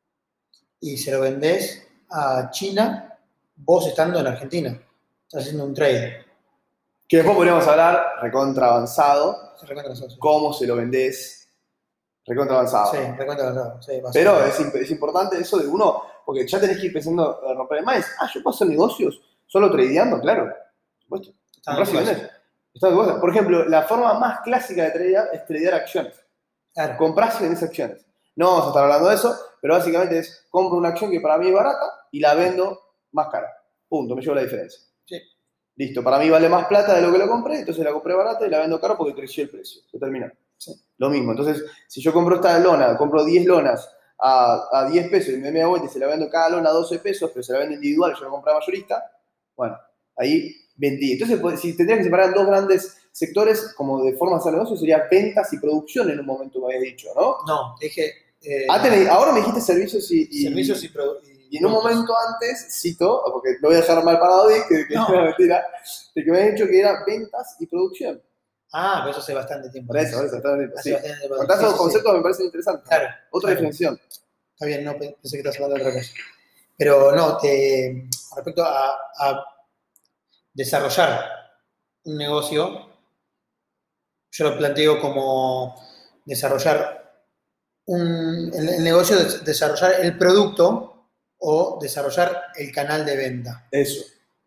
y se lo vendés a China, vos estando en Argentina. Estás haciendo un trade. Que después podríamos hablar, recontra avanzado, Se recontra avanzado, sí. Cómo se lo vendés, recontra avanzado. Sí, recontra avanzado. Sí, pero es, es importante eso de uno, porque ya tenés que ir pensando en romper el maíz. Ah, yo puedo hacer negocios solo tradeando, claro. Por supuesto. Comprás y vendés. Por ejemplo, la forma más clásica de tradear es tradear acciones. Claro. Comprás y vendés acciones. No vamos a estar hablando de eso, pero básicamente es, compro una acción que para mí es barata y la vendo más cara. Punto, me llevo la diferencia. Sí. Listo, para mí vale más plata de lo que lo compré, entonces la compré barata y la vendo caro porque creció el precio. Se terminó. Sí. Lo mismo, entonces, si yo compro esta lona, compro diez lonas a, a diez pesos y me da vuelta y se la vendo cada lona a doce pesos, pero se la vendo individual y yo la compré a mayorista, bueno, ahí vendí. Entonces, pues, si tendría que separar en dos grandes sectores, como de forma de hacer negocio, sería ventas y producción en un momento, me habías dicho, ¿no? No, dije... Eh, ah, tenés, ahora me dijiste servicios y... y servicios y, pro, y Y en un momento antes, cito, porque lo voy a dejar mal parado de que, que no. es una mentira, de que me habían dicho que era ventas y producción. Ah, pero eso hace bastante tiempo. Por eso, eso, está bien. Hace Sí. bastante tiempo. Contás esos sí, conceptos sí. me parecen interesantes. Claro. Otra claro. definición. Está bien, no pensé que estás hablando de otra cosa. Pero no, te, respecto a, a desarrollar un negocio, yo lo planteo como desarrollar un, el, el negocio, de desarrollar el producto o desarrollar el canal de venta. Eso.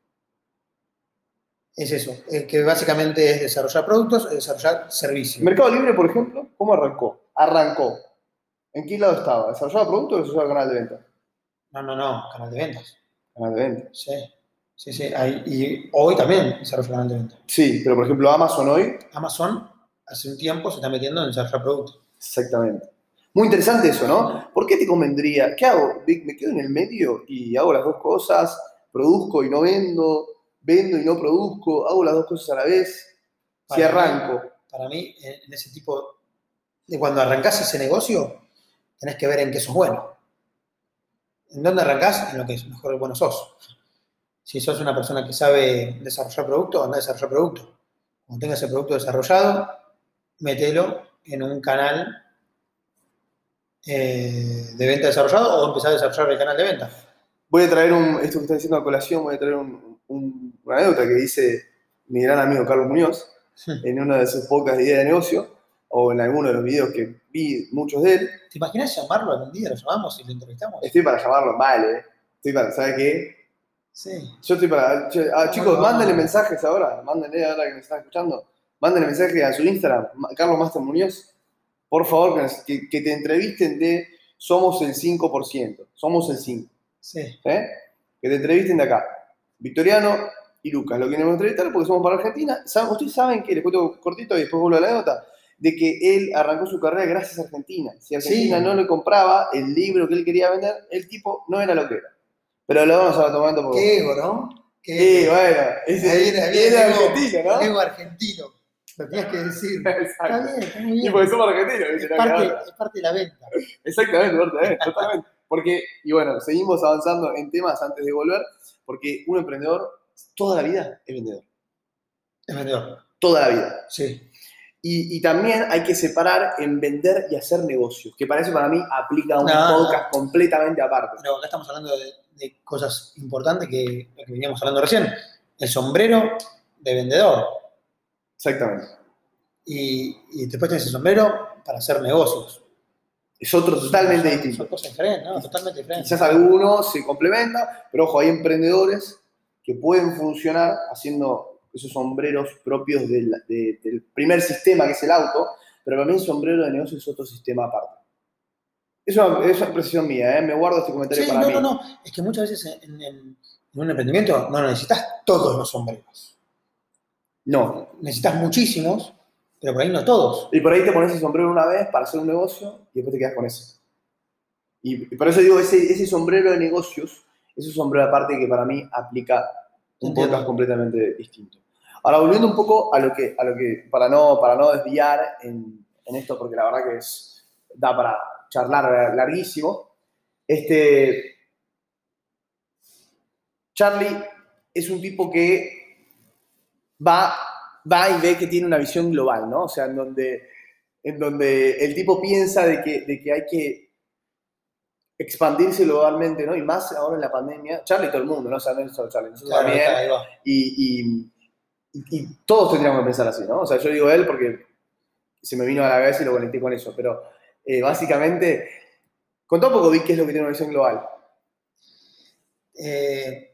Es eso, eh, que básicamente es desarrollar productos o desarrollar servicios. Mercado Libre, por ejemplo, ¿cómo arrancó? Arrancó. ¿En qué lado estaba? ¿Desarrollaba productos o desarrollaba canal de venta? No, no, no, canal de ventas. Canal de venta. Sí, sí, sí. Hay, y hoy también desarrolla canal de venta. Sí, pero por ejemplo Amazon hoy... Amazon hace un tiempo se está metiendo en desarrollar productos. Exactamente. Muy interesante eso, ¿no? ¿Por qué te convendría? ¿Qué hago? ¿Me quedo en el medio y hago las dos cosas? ¿Produzco y no vendo? ¿Vendo y no produzco? ¿Hago las dos cosas a la vez? Si arranco. Mí, para mí, en ese tipo de cuando arrancás ese negocio, tenés que ver en qué sos bueno. ¿En dónde arrancás? En lo que es mejor bueno sos. Si sos una persona que sabe desarrollar producto, anda a desarrollar producto. Cuando tengas el producto desarrollado, mételo en un canal eh, de venta desarrollado o empezar a desarrollar el canal de venta. Voy a traer un, esto que está diciendo a colación, voy a traer un, un, una anécdota que dice mi gran amigo Carlos Muñoz sí. en una de sus pocas ideas de negocio o en alguno de los videos que vi, muchos de él. ¿Te imaginas llamarlo algún día? ¿Lo llamamos y lo entrevistamos? Estoy para llamarlo, vale. Estoy para, ¿sabes qué? Sí. Yo estoy para... Yo, ah, chicos, bueno, mándenle bueno. mensajes ahora, mándenle ahora que me están escuchando, mándenle mensajes a su Instagram, Carlos Master Muñoz, por favor, que, que te entrevisten de Somos el cinco por ciento, Somos el cinco por ciento. Sí. ¿Eh? Que te entrevisten de acá. Victoriano y Lucas. Lo queremos entrevistar porque somos para Argentina. ¿Saben? Ustedes saben que, les cuento cortito y después vuelvo a la anécdota, de que él arrancó su carrera gracias a Argentina. Si Argentina sí. no le compraba el libro que él quería vender, el tipo no era lo que era. Pero lo vamos a estar tomando por... Qué ego, ¿no? Qué sí, ego. Bueno. Ese, ahí era, ahí era ego, argentino, ¿no? Ego argentino. Lo tenías que decir. Exacto. Está bien, está muy bien. Y porque somos argentinos. Es, parte, es parte de la venta. Exactamente, parte, totalmente. Porque, y bueno, seguimos avanzando en temas antes de volver, porque un emprendedor toda la vida es vendedor. Es vendedor. Toda la vida. Sí. Y, y también hay que separar en vender y hacer negocios, que para eso para mí aplica un No, podcast no. completamente aparte. Pero acá estamos hablando de, de cosas importantes que, que veníamos hablando recién. El sombrero de vendedor. Exactamente. Y, y después tenés el sombrero para hacer negocios. Es otro totalmente son, distinto. Son cosas diferentes, ¿no? Totalmente diferentes. Quizás algunos se complementan, pero ojo, hay emprendedores que pueden funcionar haciendo esos sombreros propios del, de, del primer sistema, que es el auto, pero para mí el sombrero de negocio es otro sistema aparte. Eso es una precisión mía, ¿eh? Me guardo este comentario Sí, para no, mí. no, no. Es que muchas veces en, en, en un emprendimiento no necesitas todos los sombreros. No. Necesitas muchísimos, pero por ahí no todos. Y por ahí te pones el sombrero una vez para hacer un negocio y después te quedas con ese. Y, y por eso digo, ese, ese sombrero de negocios es un sombrero aparte que para mí aplica un Entiendo. podcast completamente distinto. Ahora, volviendo un poco a lo que, a lo que para, no, para no desviar en, en esto, porque la verdad que es, da para charlar larguísimo, este, Charlie es un tipo que va, va y ve que tiene una visión global, ¿no? O sea, en donde, en donde el tipo piensa de que, de que hay que expandirse globalmente, ¿no? Y más ahora en la pandemia. Charlie y todo el mundo, ¿no? O sea, no es solo Charlie, nosotros Claro, también. está, ahí va. Y, y, y, y todos tendríamos que pensar así, ¿no? O sea, yo digo él porque se me vino a la cabeza y lo conecté con eso, pero eh, básicamente, contá un poco, Vic, qué es lo que tiene una visión global. Eh,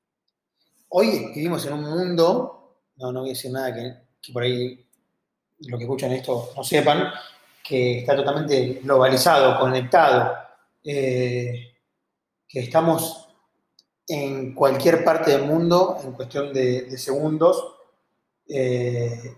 hoy vivimos en un mundo, no, no voy a decir nada que, que por ahí los que escuchan esto no sepan, que está totalmente globalizado, conectado, eh, que estamos en cualquier parte del mundo en cuestión de, de segundos. Eh,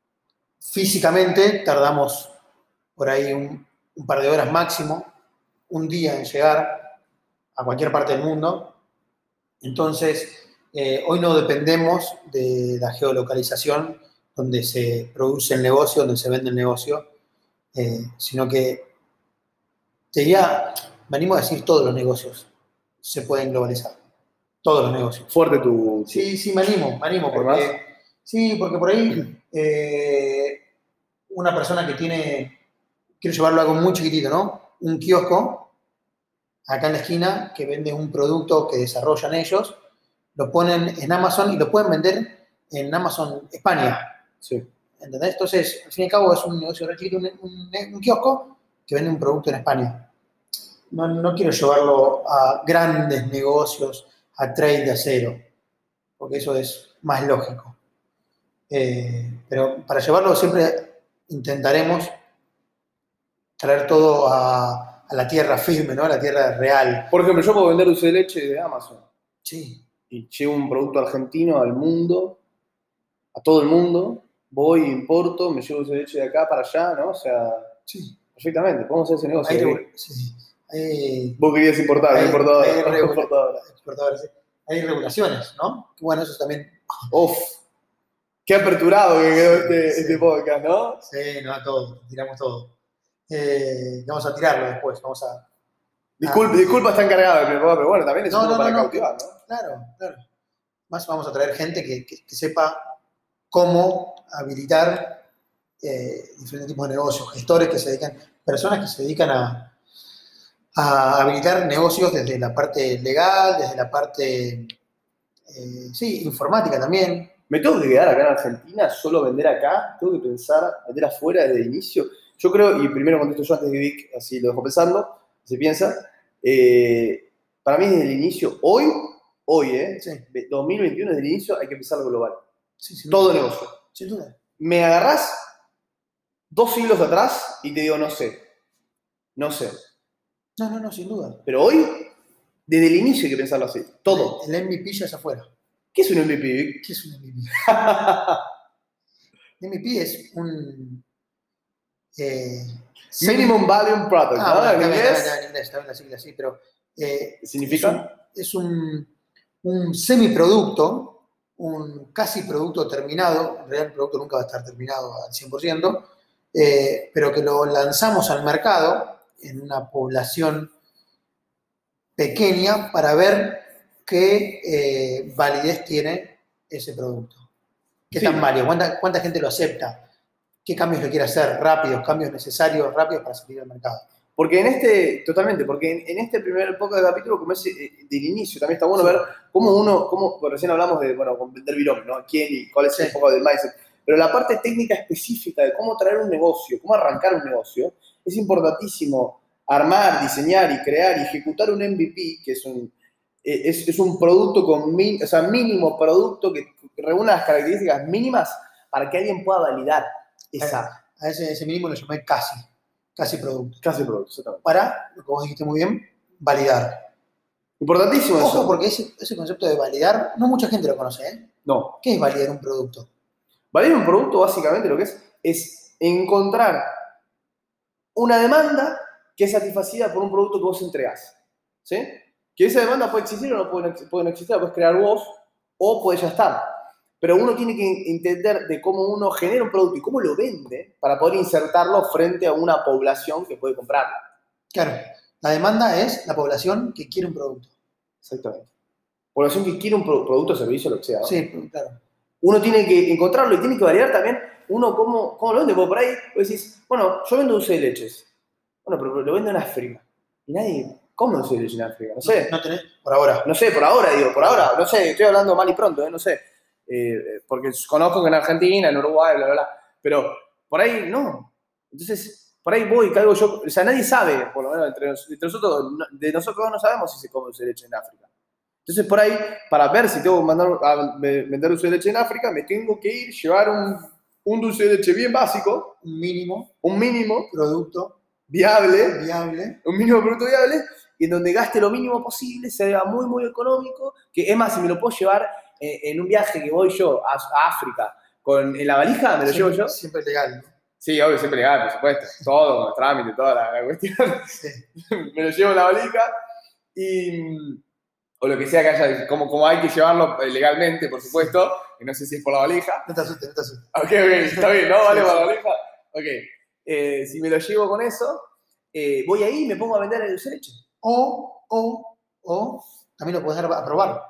físicamente tardamos por ahí un, un par de horas máximo, un día en llegar a cualquier parte del mundo. Entonces, eh, hoy no dependemos de la geolocalización donde se produce el negocio, donde se vende el negocio, eh, sino que te diría, me animo a decir todos los negocios se pueden globalizar. Todos los negocios. Fuerte tu... Sí, sí, me animo, me animo, porque, sí, porque por ahí eh, una persona que tiene, quiero llevarlo a algo muy chiquitito, ¿no? Un kiosco, acá en la esquina, que vende un producto que desarrollan ellos, lo ponen en Amazon y lo pueden vender en Amazon España. Sí. ¿Entendés? Entonces, al fin y al cabo, es un negocio re chiquito, un, un, un kiosco que vende un producto en España. No, no quiero llevarlo a grandes negocios, a trade de acero, porque eso es más lógico. Eh, pero para llevarlo siempre intentaremos traer todo a, a la tierra firme, ¿no? A la tierra real. Por ejemplo, yo puedo vender dulce de leche de Amazon. Sí. Y llevo un producto argentino al mundo, a todo el mundo, voy, importo, me llevo dulce de leche de acá para allá, ¿no? O sea, sí. Perfectamente, podemos hacer ese negocio. Hay, sí. Hay, Vos querías importar, hay, importador, hay, regula importador. exportadores, sí. Hay regulaciones, ¿no? Bueno, eso también. Uf, qué aperturado que quedó este, sí. este podcast, ¿no? Sí, no, a todo, tiramos todo. Eh, vamos a tirarlo después, vamos a... Disculpa, ah, disculpa está encargado, pero bueno, también es no, un poco no, para no, cautivar, ¿no? Claro, claro. Más vamos a traer gente que, que, que sepa cómo habilitar eh, diferentes tipos de negocios, gestores que se dedican, personas que se dedican a, a habilitar negocios desde la parte legal, desde la parte, eh, sí, informática también. ¿Me tengo que quedar acá en Argentina, solo vender acá? ¿Tengo que pensar, vender afuera desde el inicio? Yo creo, y primero contesto yo antes de Vic, así lo dejo pensando, se piensa, eh, para mí desde el inicio, hoy, hoy, ¿eh? Sí. dos mil veintiuno, desde el inicio hay que empezar lo global. Sí, sin Todo duda. negocio. Sin duda. Me agarrás dos siglos atrás y te digo, no sé, no sé. No, no, no, sin duda. Pero hoy, desde el inicio hay que pensarlo así, todo. El, el M V P ya es afuera. ¿Qué es un M V P? ¿Qué es un M V P? M V P es un... Eh, Minimum Volume Product, ah, ¿no? bueno, ¿En inglés? inglés? En inglés, también la sigla así, pero... Eh, ¿Significa? Es un, es un, un semiproducto, un casi producto terminado, en realidad el producto nunca va a estar terminado al cien por ciento, eh, pero que lo lanzamos al mercado en una población pequeña para ver qué eh, validez tiene ese producto. ¿Qué Sí. tan válido? ¿Cuánta, ¿Cuánta gente lo acepta? qué cambios le quiere hacer, rápidos, cambios necesarios, rápidos para salir al mercado. Porque en este, totalmente, porque en, en este primer poco de capítulo, como es eh, del inicio, también está bueno sí. ver cómo uno, cómo, bueno, recién hablamos de, bueno, con vender binomio, ¿no? ¿Quién y cuál es sí. el poco del mindset? Pero la parte técnica específica de cómo traer un negocio, cómo arrancar un negocio, es importantísimo armar, diseñar y crear y ejecutar un M V P, que es un, eh, es, es un producto con, min, o sea, mínimo producto que, que reúne las características mínimas para que alguien pueda validar esa. A ese, ese mínimo lo llamé casi. Casi producto. Casi producto, exactamente. Para, lo que vos dijiste muy bien, validar. Importantísimo Ojo, eso. porque ese, ese concepto de validar, no mucha gente lo conoce, ¿eh? No. ¿Qué es validar un producto? Validar un producto, básicamente, lo que es, es encontrar una demanda que es satisfacida por un producto que vos entregás. ¿Sí? Que esa demanda puede existir o no puede, puede no existir, la puedes crear vos o puede ya estar. Pero uno tiene que entender de cómo uno genera un producto y cómo lo vende para poder insertarlo frente a una población que puede comprarlo. Claro, la demanda es la población que quiere un producto. Exactamente. Población que quiere un producto, servicio, lo que sea, ¿no? Sí, claro. Uno tiene que encontrarlo y tiene que variar también uno cómo, cómo lo vende. Porque por ahí vos decís, bueno, yo vendo dulce de leches. Bueno, pero lo vendo en África. Y nadie come dulce de leche en África. No sé. No, no tenés, por ahora. No sé, por ahora, digo, por ahora. No sé, estoy hablando mal y pronto, ¿eh? No sé. Eh, porque conozco que en Argentina, en Uruguay, bla, bla, bla, pero por ahí no. Entonces, por ahí voy, caigo yo, o sea, nadie sabe, por lo menos entre, nos, entre nosotros, de nosotros no sabemos si se come dulce de leche en África. Entonces, por ahí, para ver si tengo que mandar a vender dulce de leche en África, me tengo que ir, llevar un, un dulce de leche bien básico, un mínimo, un mínimo producto viable, viable, un mínimo producto viable, y en donde gaste lo mínimo posible, sea muy, muy económico, que es más, si me lo puedo llevar en un viaje que voy yo a, a África, con, en la valija, me lo siempre, llevo yo. Siempre legal, ¿no? Sí, obvio, siempre legal, por supuesto. Todo, con los trámites, toda la, la cuestión. Sí. Me lo llevo en la valija y... O lo que sea que haya, como, como hay que llevarlo legalmente, por supuesto, que no sé si es por la valija. No te asustes, no te asustes. Ok, ok, está bien, ¿no? Vale, sí, por la valija. Ok. Eh, si me lo llevo con eso, eh, voy ahí y me pongo a vender el dulce de leche. O, o, o, también lo puedes dar a probar.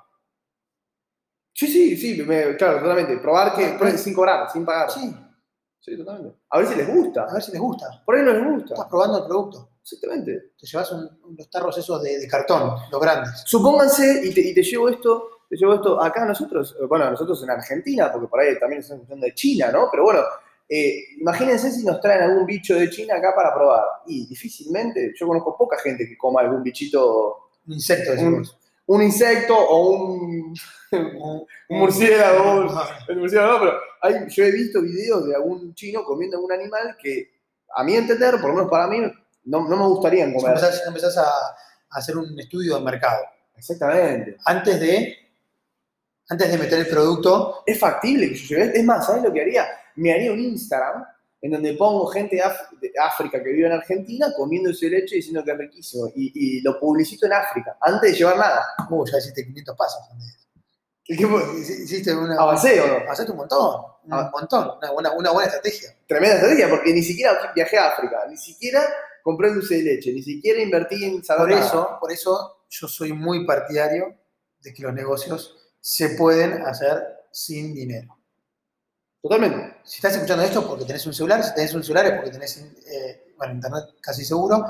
Sí, sí, sí, me, claro, totalmente. Probar que ah, sin cobrar, sin pagar. Sí. Sí, totalmente. A ver si les gusta. A ver si les gusta. Por ahí no les gusta. Estás probando el producto. Exactamente. Te llevas un, los tarros esos de, de cartón, los grandes. Supónganse, y te, y te llevo esto, te llevo esto acá nosotros, bueno, nosotros en Argentina, porque por ahí también estamos escuchando de China, ¿no? Pero bueno, eh, imagínense si nos traen algún bicho de China acá para probar. Y difícilmente, yo conozco poca gente que coma algún bichito. Un insecto, decimos. Un, un insecto o un, un murciélago. Un, el murciélago no, pero hay, yo he visto videos de algún chino comiendo algún animal que, a mi entender, por lo menos para mí, no, no me gustaría comer. Si empezás, empezás a, a hacer un estudio de mercado. Exactamente. Antes de, antes de meter el producto. Es factible que yo llegue. Es más, ¿sabes lo que haría? Me haría un Instagram en donde pongo gente de, Af de África que vive en Argentina comiendo ese leche diciendo que es riquísimo. Y, y lo publicito en África, antes de llevar nada. Uh, ya hiciste quinientos pasos. ¿Qué, qué, hiciste una... ¿Avancé o no? Avanzaste un montón. Un ah. montón. Una buena, una buena estrategia. Tremenda estrategia, porque ni siquiera viajé a África. Ni siquiera compré dulce de leche. Ni siquiera invertí en saber por eso, nada. Por eso yo soy muy partidario de que los negocios se pueden hacer sin dinero. Totalmente. Si estás escuchando esto porque tenés un celular, si tenés un celular es porque tenés eh, bueno, internet casi seguro.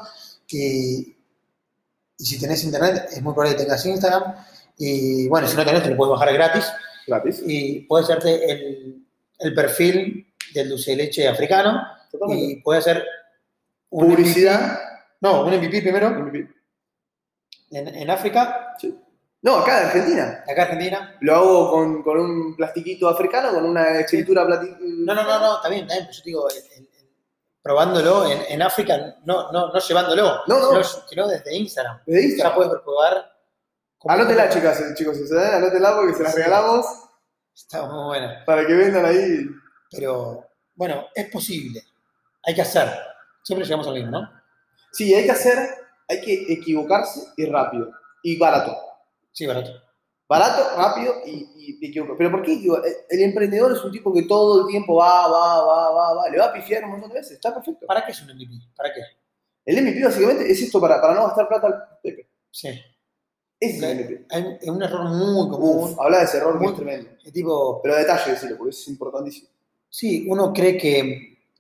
Y, y si tenés internet es muy probable que tengas Instagram. Y bueno, si no tenés te lo puedes bajar gratis. Gratis. Y puedes hacerte el, el perfil del dulce de leche africano. Totalmente. Y puedes hacer un publicidad. M V P. No, un M V P primero. M V P. En, en África. Sí. No, acá en Argentina. Acá en Argentina. Lo hago con, con un plastiquito africano, con una escritura plastiquita. No, no, no, no, está bien, está bien. Yo te digo, el, el, el, probándolo en, en África, no, no, no llevándolo. No, no. Sino, sino desde Instagram. Desde Instagram. Ya puedes probar. Anótela, chicas, chicos, ¿eh? Anótela porque se las regalamos. Está muy buena. Para que vendan ahí. Pero, bueno, es posible. Hay que hacer. Siempre llegamos al mismo, ¿no? Sí, hay que hacer, hay que equivocarse y rápido. Y barato. Sí, barato. Barato, rápido y, y equivocado. Pero ¿por qué? El emprendedor es un tipo que todo el tiempo va, va, va, va, va. Le va a pifiar un montón de veces. Está perfecto. ¿Para qué es un M V P? ¿Para qué? El M V P básicamente es esto para, para no gastar plata al Pepe. Sí. Ese es el M V P. Hay, es un error muy común. Uf, habla de ese error muy, que es tremendo. Es tipo, pero detalle decirlo, porque es importantísimo. Sí, uno cree que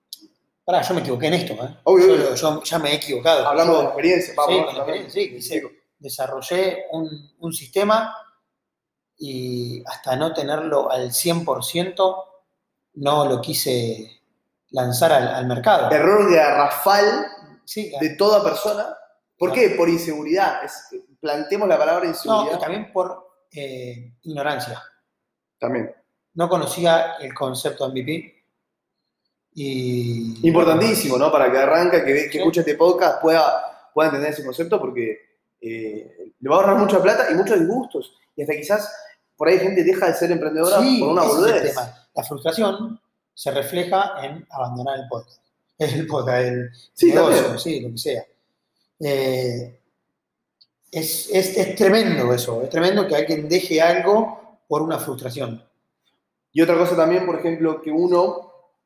Pará, yo me equivoqué en esto, ¿eh? Obvio, yo, obvio. yo ya me he equivocado. Hablamos yo, de la experiencia, vamos. Sí, con la experiencia, sí. Hice, desarrollé un, un sistema y hasta no tenerlo al cien por ciento no lo quise lanzar al, al mercado. Error garrafal sí, de toda persona. ¿Por claro. qué? Por inseguridad. Es, planteemos la palabra inseguridad. No, y también por eh, ignorancia. También. No conocía el concepto de M V P. Y, Importantísimo, ¿no? Para que arranca, que, que sí. escuche este podcast, pueda, pueda entender ese concepto, porque eh, le va a ahorrar mucha plata y muchos disgustos. Y hasta quizás por ahí gente deja de ser emprendedora sí, por una ese boludez. es el tema. La frustración se refleja en abandonar el podcast. El podcast, el sí, negocio, también. sí, lo que sea. Eh, es, es, es tremendo eso, es tremendo que alguien deje algo por una frustración. Y otra cosa también, por ejemplo, que uno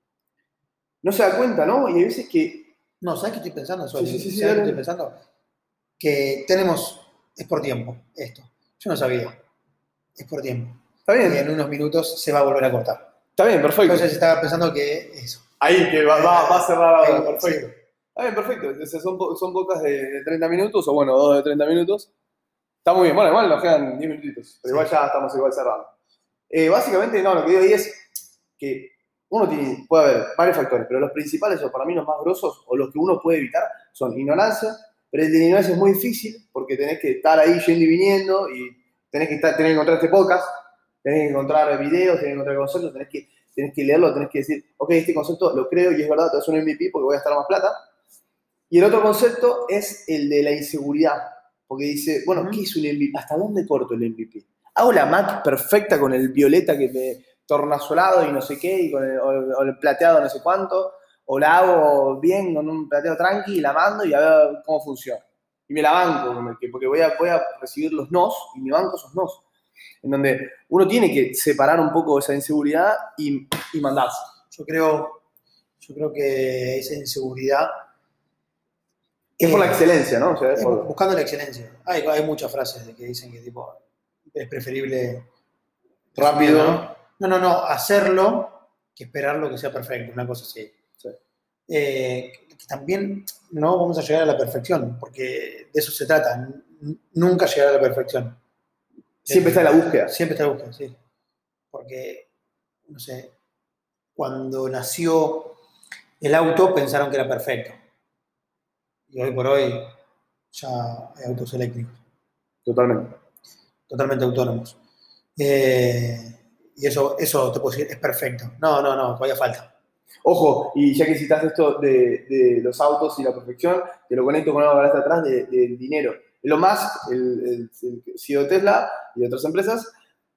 no se da cuenta, ¿no? Y hay veces que... No, ¿sabes qué estoy pensando? Sí, sí, sí, sí, ¿Sabes qué estoy pensando? Que tenemos, es por tiempo, esto. Yo no sabía. Es por tiempo. Está bien. Y en unos minutos se va a volver a cortar. Está bien, perfecto. Entonces estaba pensando que eso. Ahí, que va, va, va a cerrar ahora, ahí, perfecto. Sí. Está bien, perfecto. Entonces son, son pocas de, de treinta minutos, o bueno, dos de treinta minutos. Está muy bien. Bueno, igual nos quedan diez minutitos, pero sí. Igual ya estamos igual cerrando. Eh, básicamente, no, lo que digo ahí es que uno tiene, puede haber varios factores, pero los principales, o para mí los más grosos, o los que uno puede evitar, son ignorancia, pero el de ignorancia es muy difícil, porque tenés que estar ahí yendo y viniendo, y tenés que, estar, tenés que encontrar este podcast, tenés que encontrar videos, tenés que encontrar conceptos, tenés que, tenés que leerlo, tenés que decir, ok, este concepto lo creo y es verdad, te das un M V P porque voy a estar más plata. Y el otro concepto es el de la inseguridad, porque dice, bueno, uh-huh. ¿qué es un M V P? ¿Hasta dónde corto el M V P? ¿Hago la Mac perfecta con el violeta que me tornasolado y no sé qué, y con el, o el plateado no sé cuánto, o la hago bien con un plateado tranqui y la mando y a ver cómo funciona? Y me la banco, porque voy a, voy a recibir los nos y me banco esos nos. En donde uno tiene que separar un poco esa inseguridad y, y mandarse. Yo creo, yo creo que esa inseguridad... Es eh, por la excelencia, ¿no? O sea, es por... Buscando la excelencia. Hay, hay muchas frases de que dicen que tipo, es preferible... Rápido, ¿no? No, no, no, hacerlo que esperarlo que sea perfecto, una cosa así. Sí. Eh, que también no vamos a llegar a la perfección, porque de eso se trata, nunca llegar a la perfección. Siempre está en la búsqueda. Siempre está en la búsqueda, sí. Porque, no sé, cuando nació el auto pensaron que era perfecto. Y hoy por hoy ya hay autos eléctricos. Totalmente. Totalmente autónomos. Eh, y eso, eso te puedo decir, es perfecto. No, no, no, todavía falta. Ojo, y ya que citaste esto de, de los autos y la perfección, te lo conecto con algo que hablaste atrás del de dinero. Elon Musk, el, el, el C E O de Tesla y de otras empresas,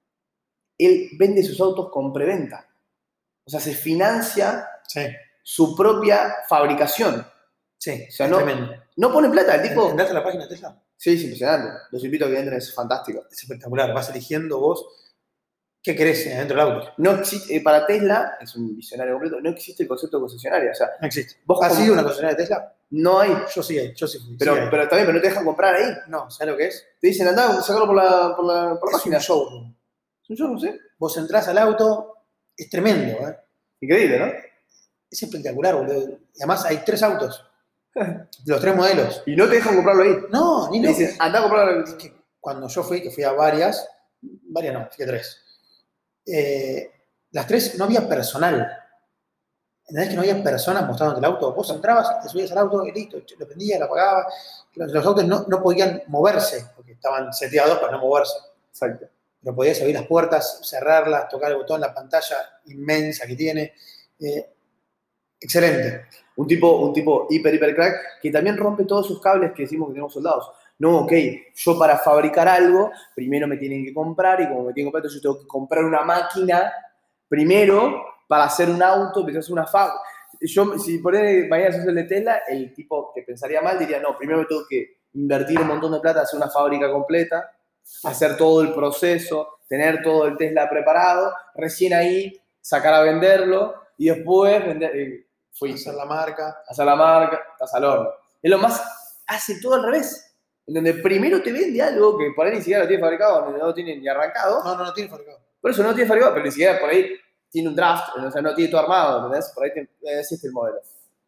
él vende sus autos con preventa. O sea, se financia sí. su propia fabricación. Sí, o sea, no, no pone plata. El tipo... ¿Entraste a la página de Tesla? Sí, es impresionante. Los invito a que entren, es fantástico. Es espectacular. Vas eligiendo vos qué querés dentro del auto. No existe, eh, para Tesla, es un visionario completo, no existe el concepto de concesionaria. O sea, no existe. ¿Vos ¿Has sido una concesionaria de Tesla? No hay. Yo sí hay, yo sí fui. Pero, sí pero también, pero no te dejan comprar ahí. No, ¿sabes lo que es? Te dicen, andá, sacalo por la, por la, por la es página. Un showroom. Es un showroom, ¿sí? Vos entrás al auto, es tremendo, ¿eh? Increíble, ¿no? Es espectacular, boludo. Y además hay tres autos. Los tres modelos. Y no te dejan comprarlo ahí. No, ni no. Te dicen, andá a comprarlo. Es que cuando yo fui, que fui a varias, varias no, fui a tres. Eh, las tres no había personal. ¿Entendés que no había personas mostrándote el auto? Vos entrabas, te subías al auto y listo, lo prendías, lo apagabas. Los, los autos no, no podían moverse, porque estaban seteados para no moverse. Exacto. Pero podías abrir las puertas, cerrarlas, tocar el botón, la pantalla inmensa que tiene. Eh, excelente. Un tipo, un tipo hiper, hiper crack que también rompe todos esos cables que decimos que tenemos soldados. No, ok, yo para fabricar algo, primero me tienen que comprar y como me tienen que comprar, yo tengo que comprar una máquina primero para hacer un auto, empezar a hacer una fábrica. Yo, si por ahí mañana sos el de Tesla, el tipo que pensaría mal diría, no, primero me tengo que invertir un montón de plata, hacer una fábrica completa, hacer todo el proceso, tener todo el Tesla preparado, recién ahí sacar a venderlo y después vender... Eh, Fui a hacer la marca. Hacer la marca, estás al horno. Es lo más, hace todo al revés. En donde primero te vende algo que por ahí ni siquiera lo tiene fabricado, no lo tiene ni arrancado. No, no, no tiene fabricado. Por eso no lo tiene fabricado, pero ni siquiera por ahí tiene un draft, o sea, no tiene todo armado, ¿entendés? Por ahí te, existe el modelo.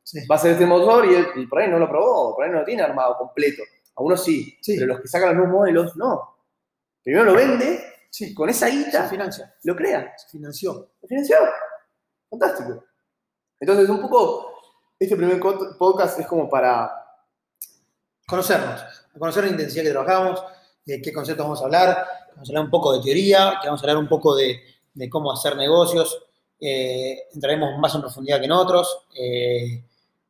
Sí. va a ser este motor y, él, y por ahí no lo probó, por ahí no lo tiene armado completo. Algunos sí, Sí. pero los que sacan los nuevos modelos, no. Primero lo vende, Sí. con esa guita, Se financia. lo crea. Se financió. ¿Lo financió? Fantástico. Entonces, un poco, este primer podcast es como para conocernos, conocer la intensidad que trabajamos, de qué conceptos vamos a hablar, vamos a hablar un poco de teoría, que vamos a hablar un poco de, de cómo hacer negocios, eh, entraremos más en profundidad que en otros, eh,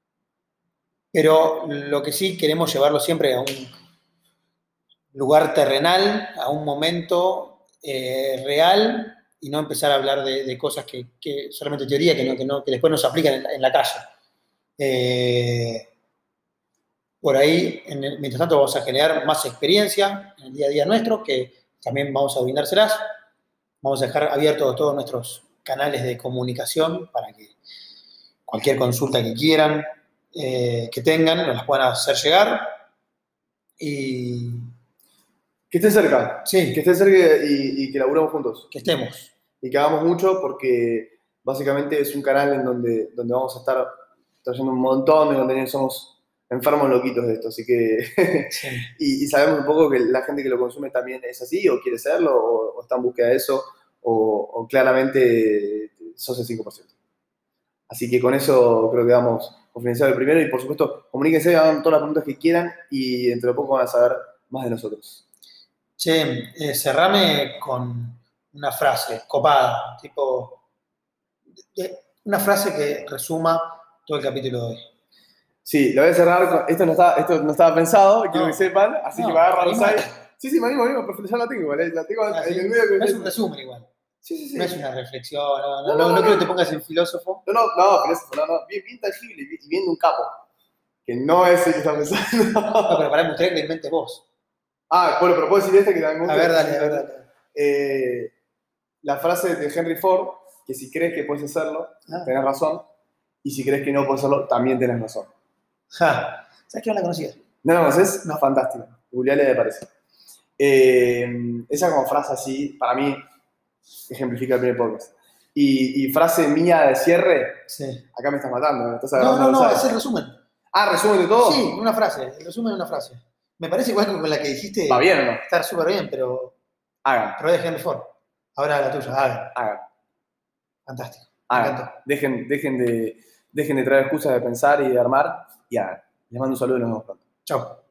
pero lo que sí queremos llevarlo siempre a un lugar terrenal, a un momento eh, real y no empezar a hablar de, de cosas que, que solamente teoría, que, no, que, no, que después no se aplican en la, en la calle. Eh, Por ahí, en el, mientras tanto, vamos a generar más experiencia en el día a día nuestro, que también vamos a brindárselas. Vamos a dejar abiertos todos nuestros canales de comunicación para que cualquier consulta que quieran, eh, que tengan, nos las puedan hacer llegar. Y que esté cerca. sí, Que esté cerca y, y que laburemos juntos. que estemos. Y que hagamos mucho porque básicamente es un canal en donde, donde vamos a estar trayendo un montón de contenido. Somos enfermos loquitos de esto, así que Sí. y, y sabemos un poco que la gente que lo consume también es así, o quiere serlo, o, o está en búsqueda de eso, o, o claramente sos el cinco por ciento. Así que con eso creo que damos confidencial el primero, y por supuesto, comuníquense, hagan todas las preguntas que quieran, y dentro de poco van a saber más de nosotros. Che, eh, cerrame con una frase copada, tipo, de, una frase que resuma todo el capítulo de hoy. Sí, lo voy a cerrar con... Esto no estaba, esto no estaba pensado, quiero No. que sepan, así No, que me agarro los animate. ahí. Sí, sí, me animo, me animo, pero ya la tengo, ¿vale? La tengo Ah, en sí. el medio que... No es un resumen igual. Sí, sí, sí. No es una reflexión, no, no, No, no, no, no no, quiero no. que te pongas en filósofo. No, no, no, pero eso, no, no, bien, bien tangible y bien de un capo, que no es el que está pensando. No, pero para mostrar que lo inventes vos. Ah, bueno, pero puedo decir esta que también me A gusta. ver, dale, a ver, dale. Eh, la frase de Henry Ford, que si crees que puedes hacerlo, Ah. tenés razón, y si crees que no puedes hacerlo, también tenés razón. Ja. ¿Sabes que no la conocías? ¿No la conoces? No, fantástica. Googleale, me parece. Eh, esa como frase así, para mí, ejemplifica el primer podcast. Y, y frase mía de cierre, Sí. acá me estás matando, me estás No, agarrando no, los no, aires. es el resumen. Ah, resumen de todo. Sí, una frase, el resumen de una frase. Me parece igual que con la que dijiste. Va bien, ¿no? Estar súper bien, pero. Hagan, Pero de Henry Ford. Ahora la tuya, hagan. hagan, Fantástico. Me hagan. encantó. Dejen, dejen, de, dejen de traer excusas de pensar y de armar, y hagan. Les mando un saludo y nos vemos pronto. Chao.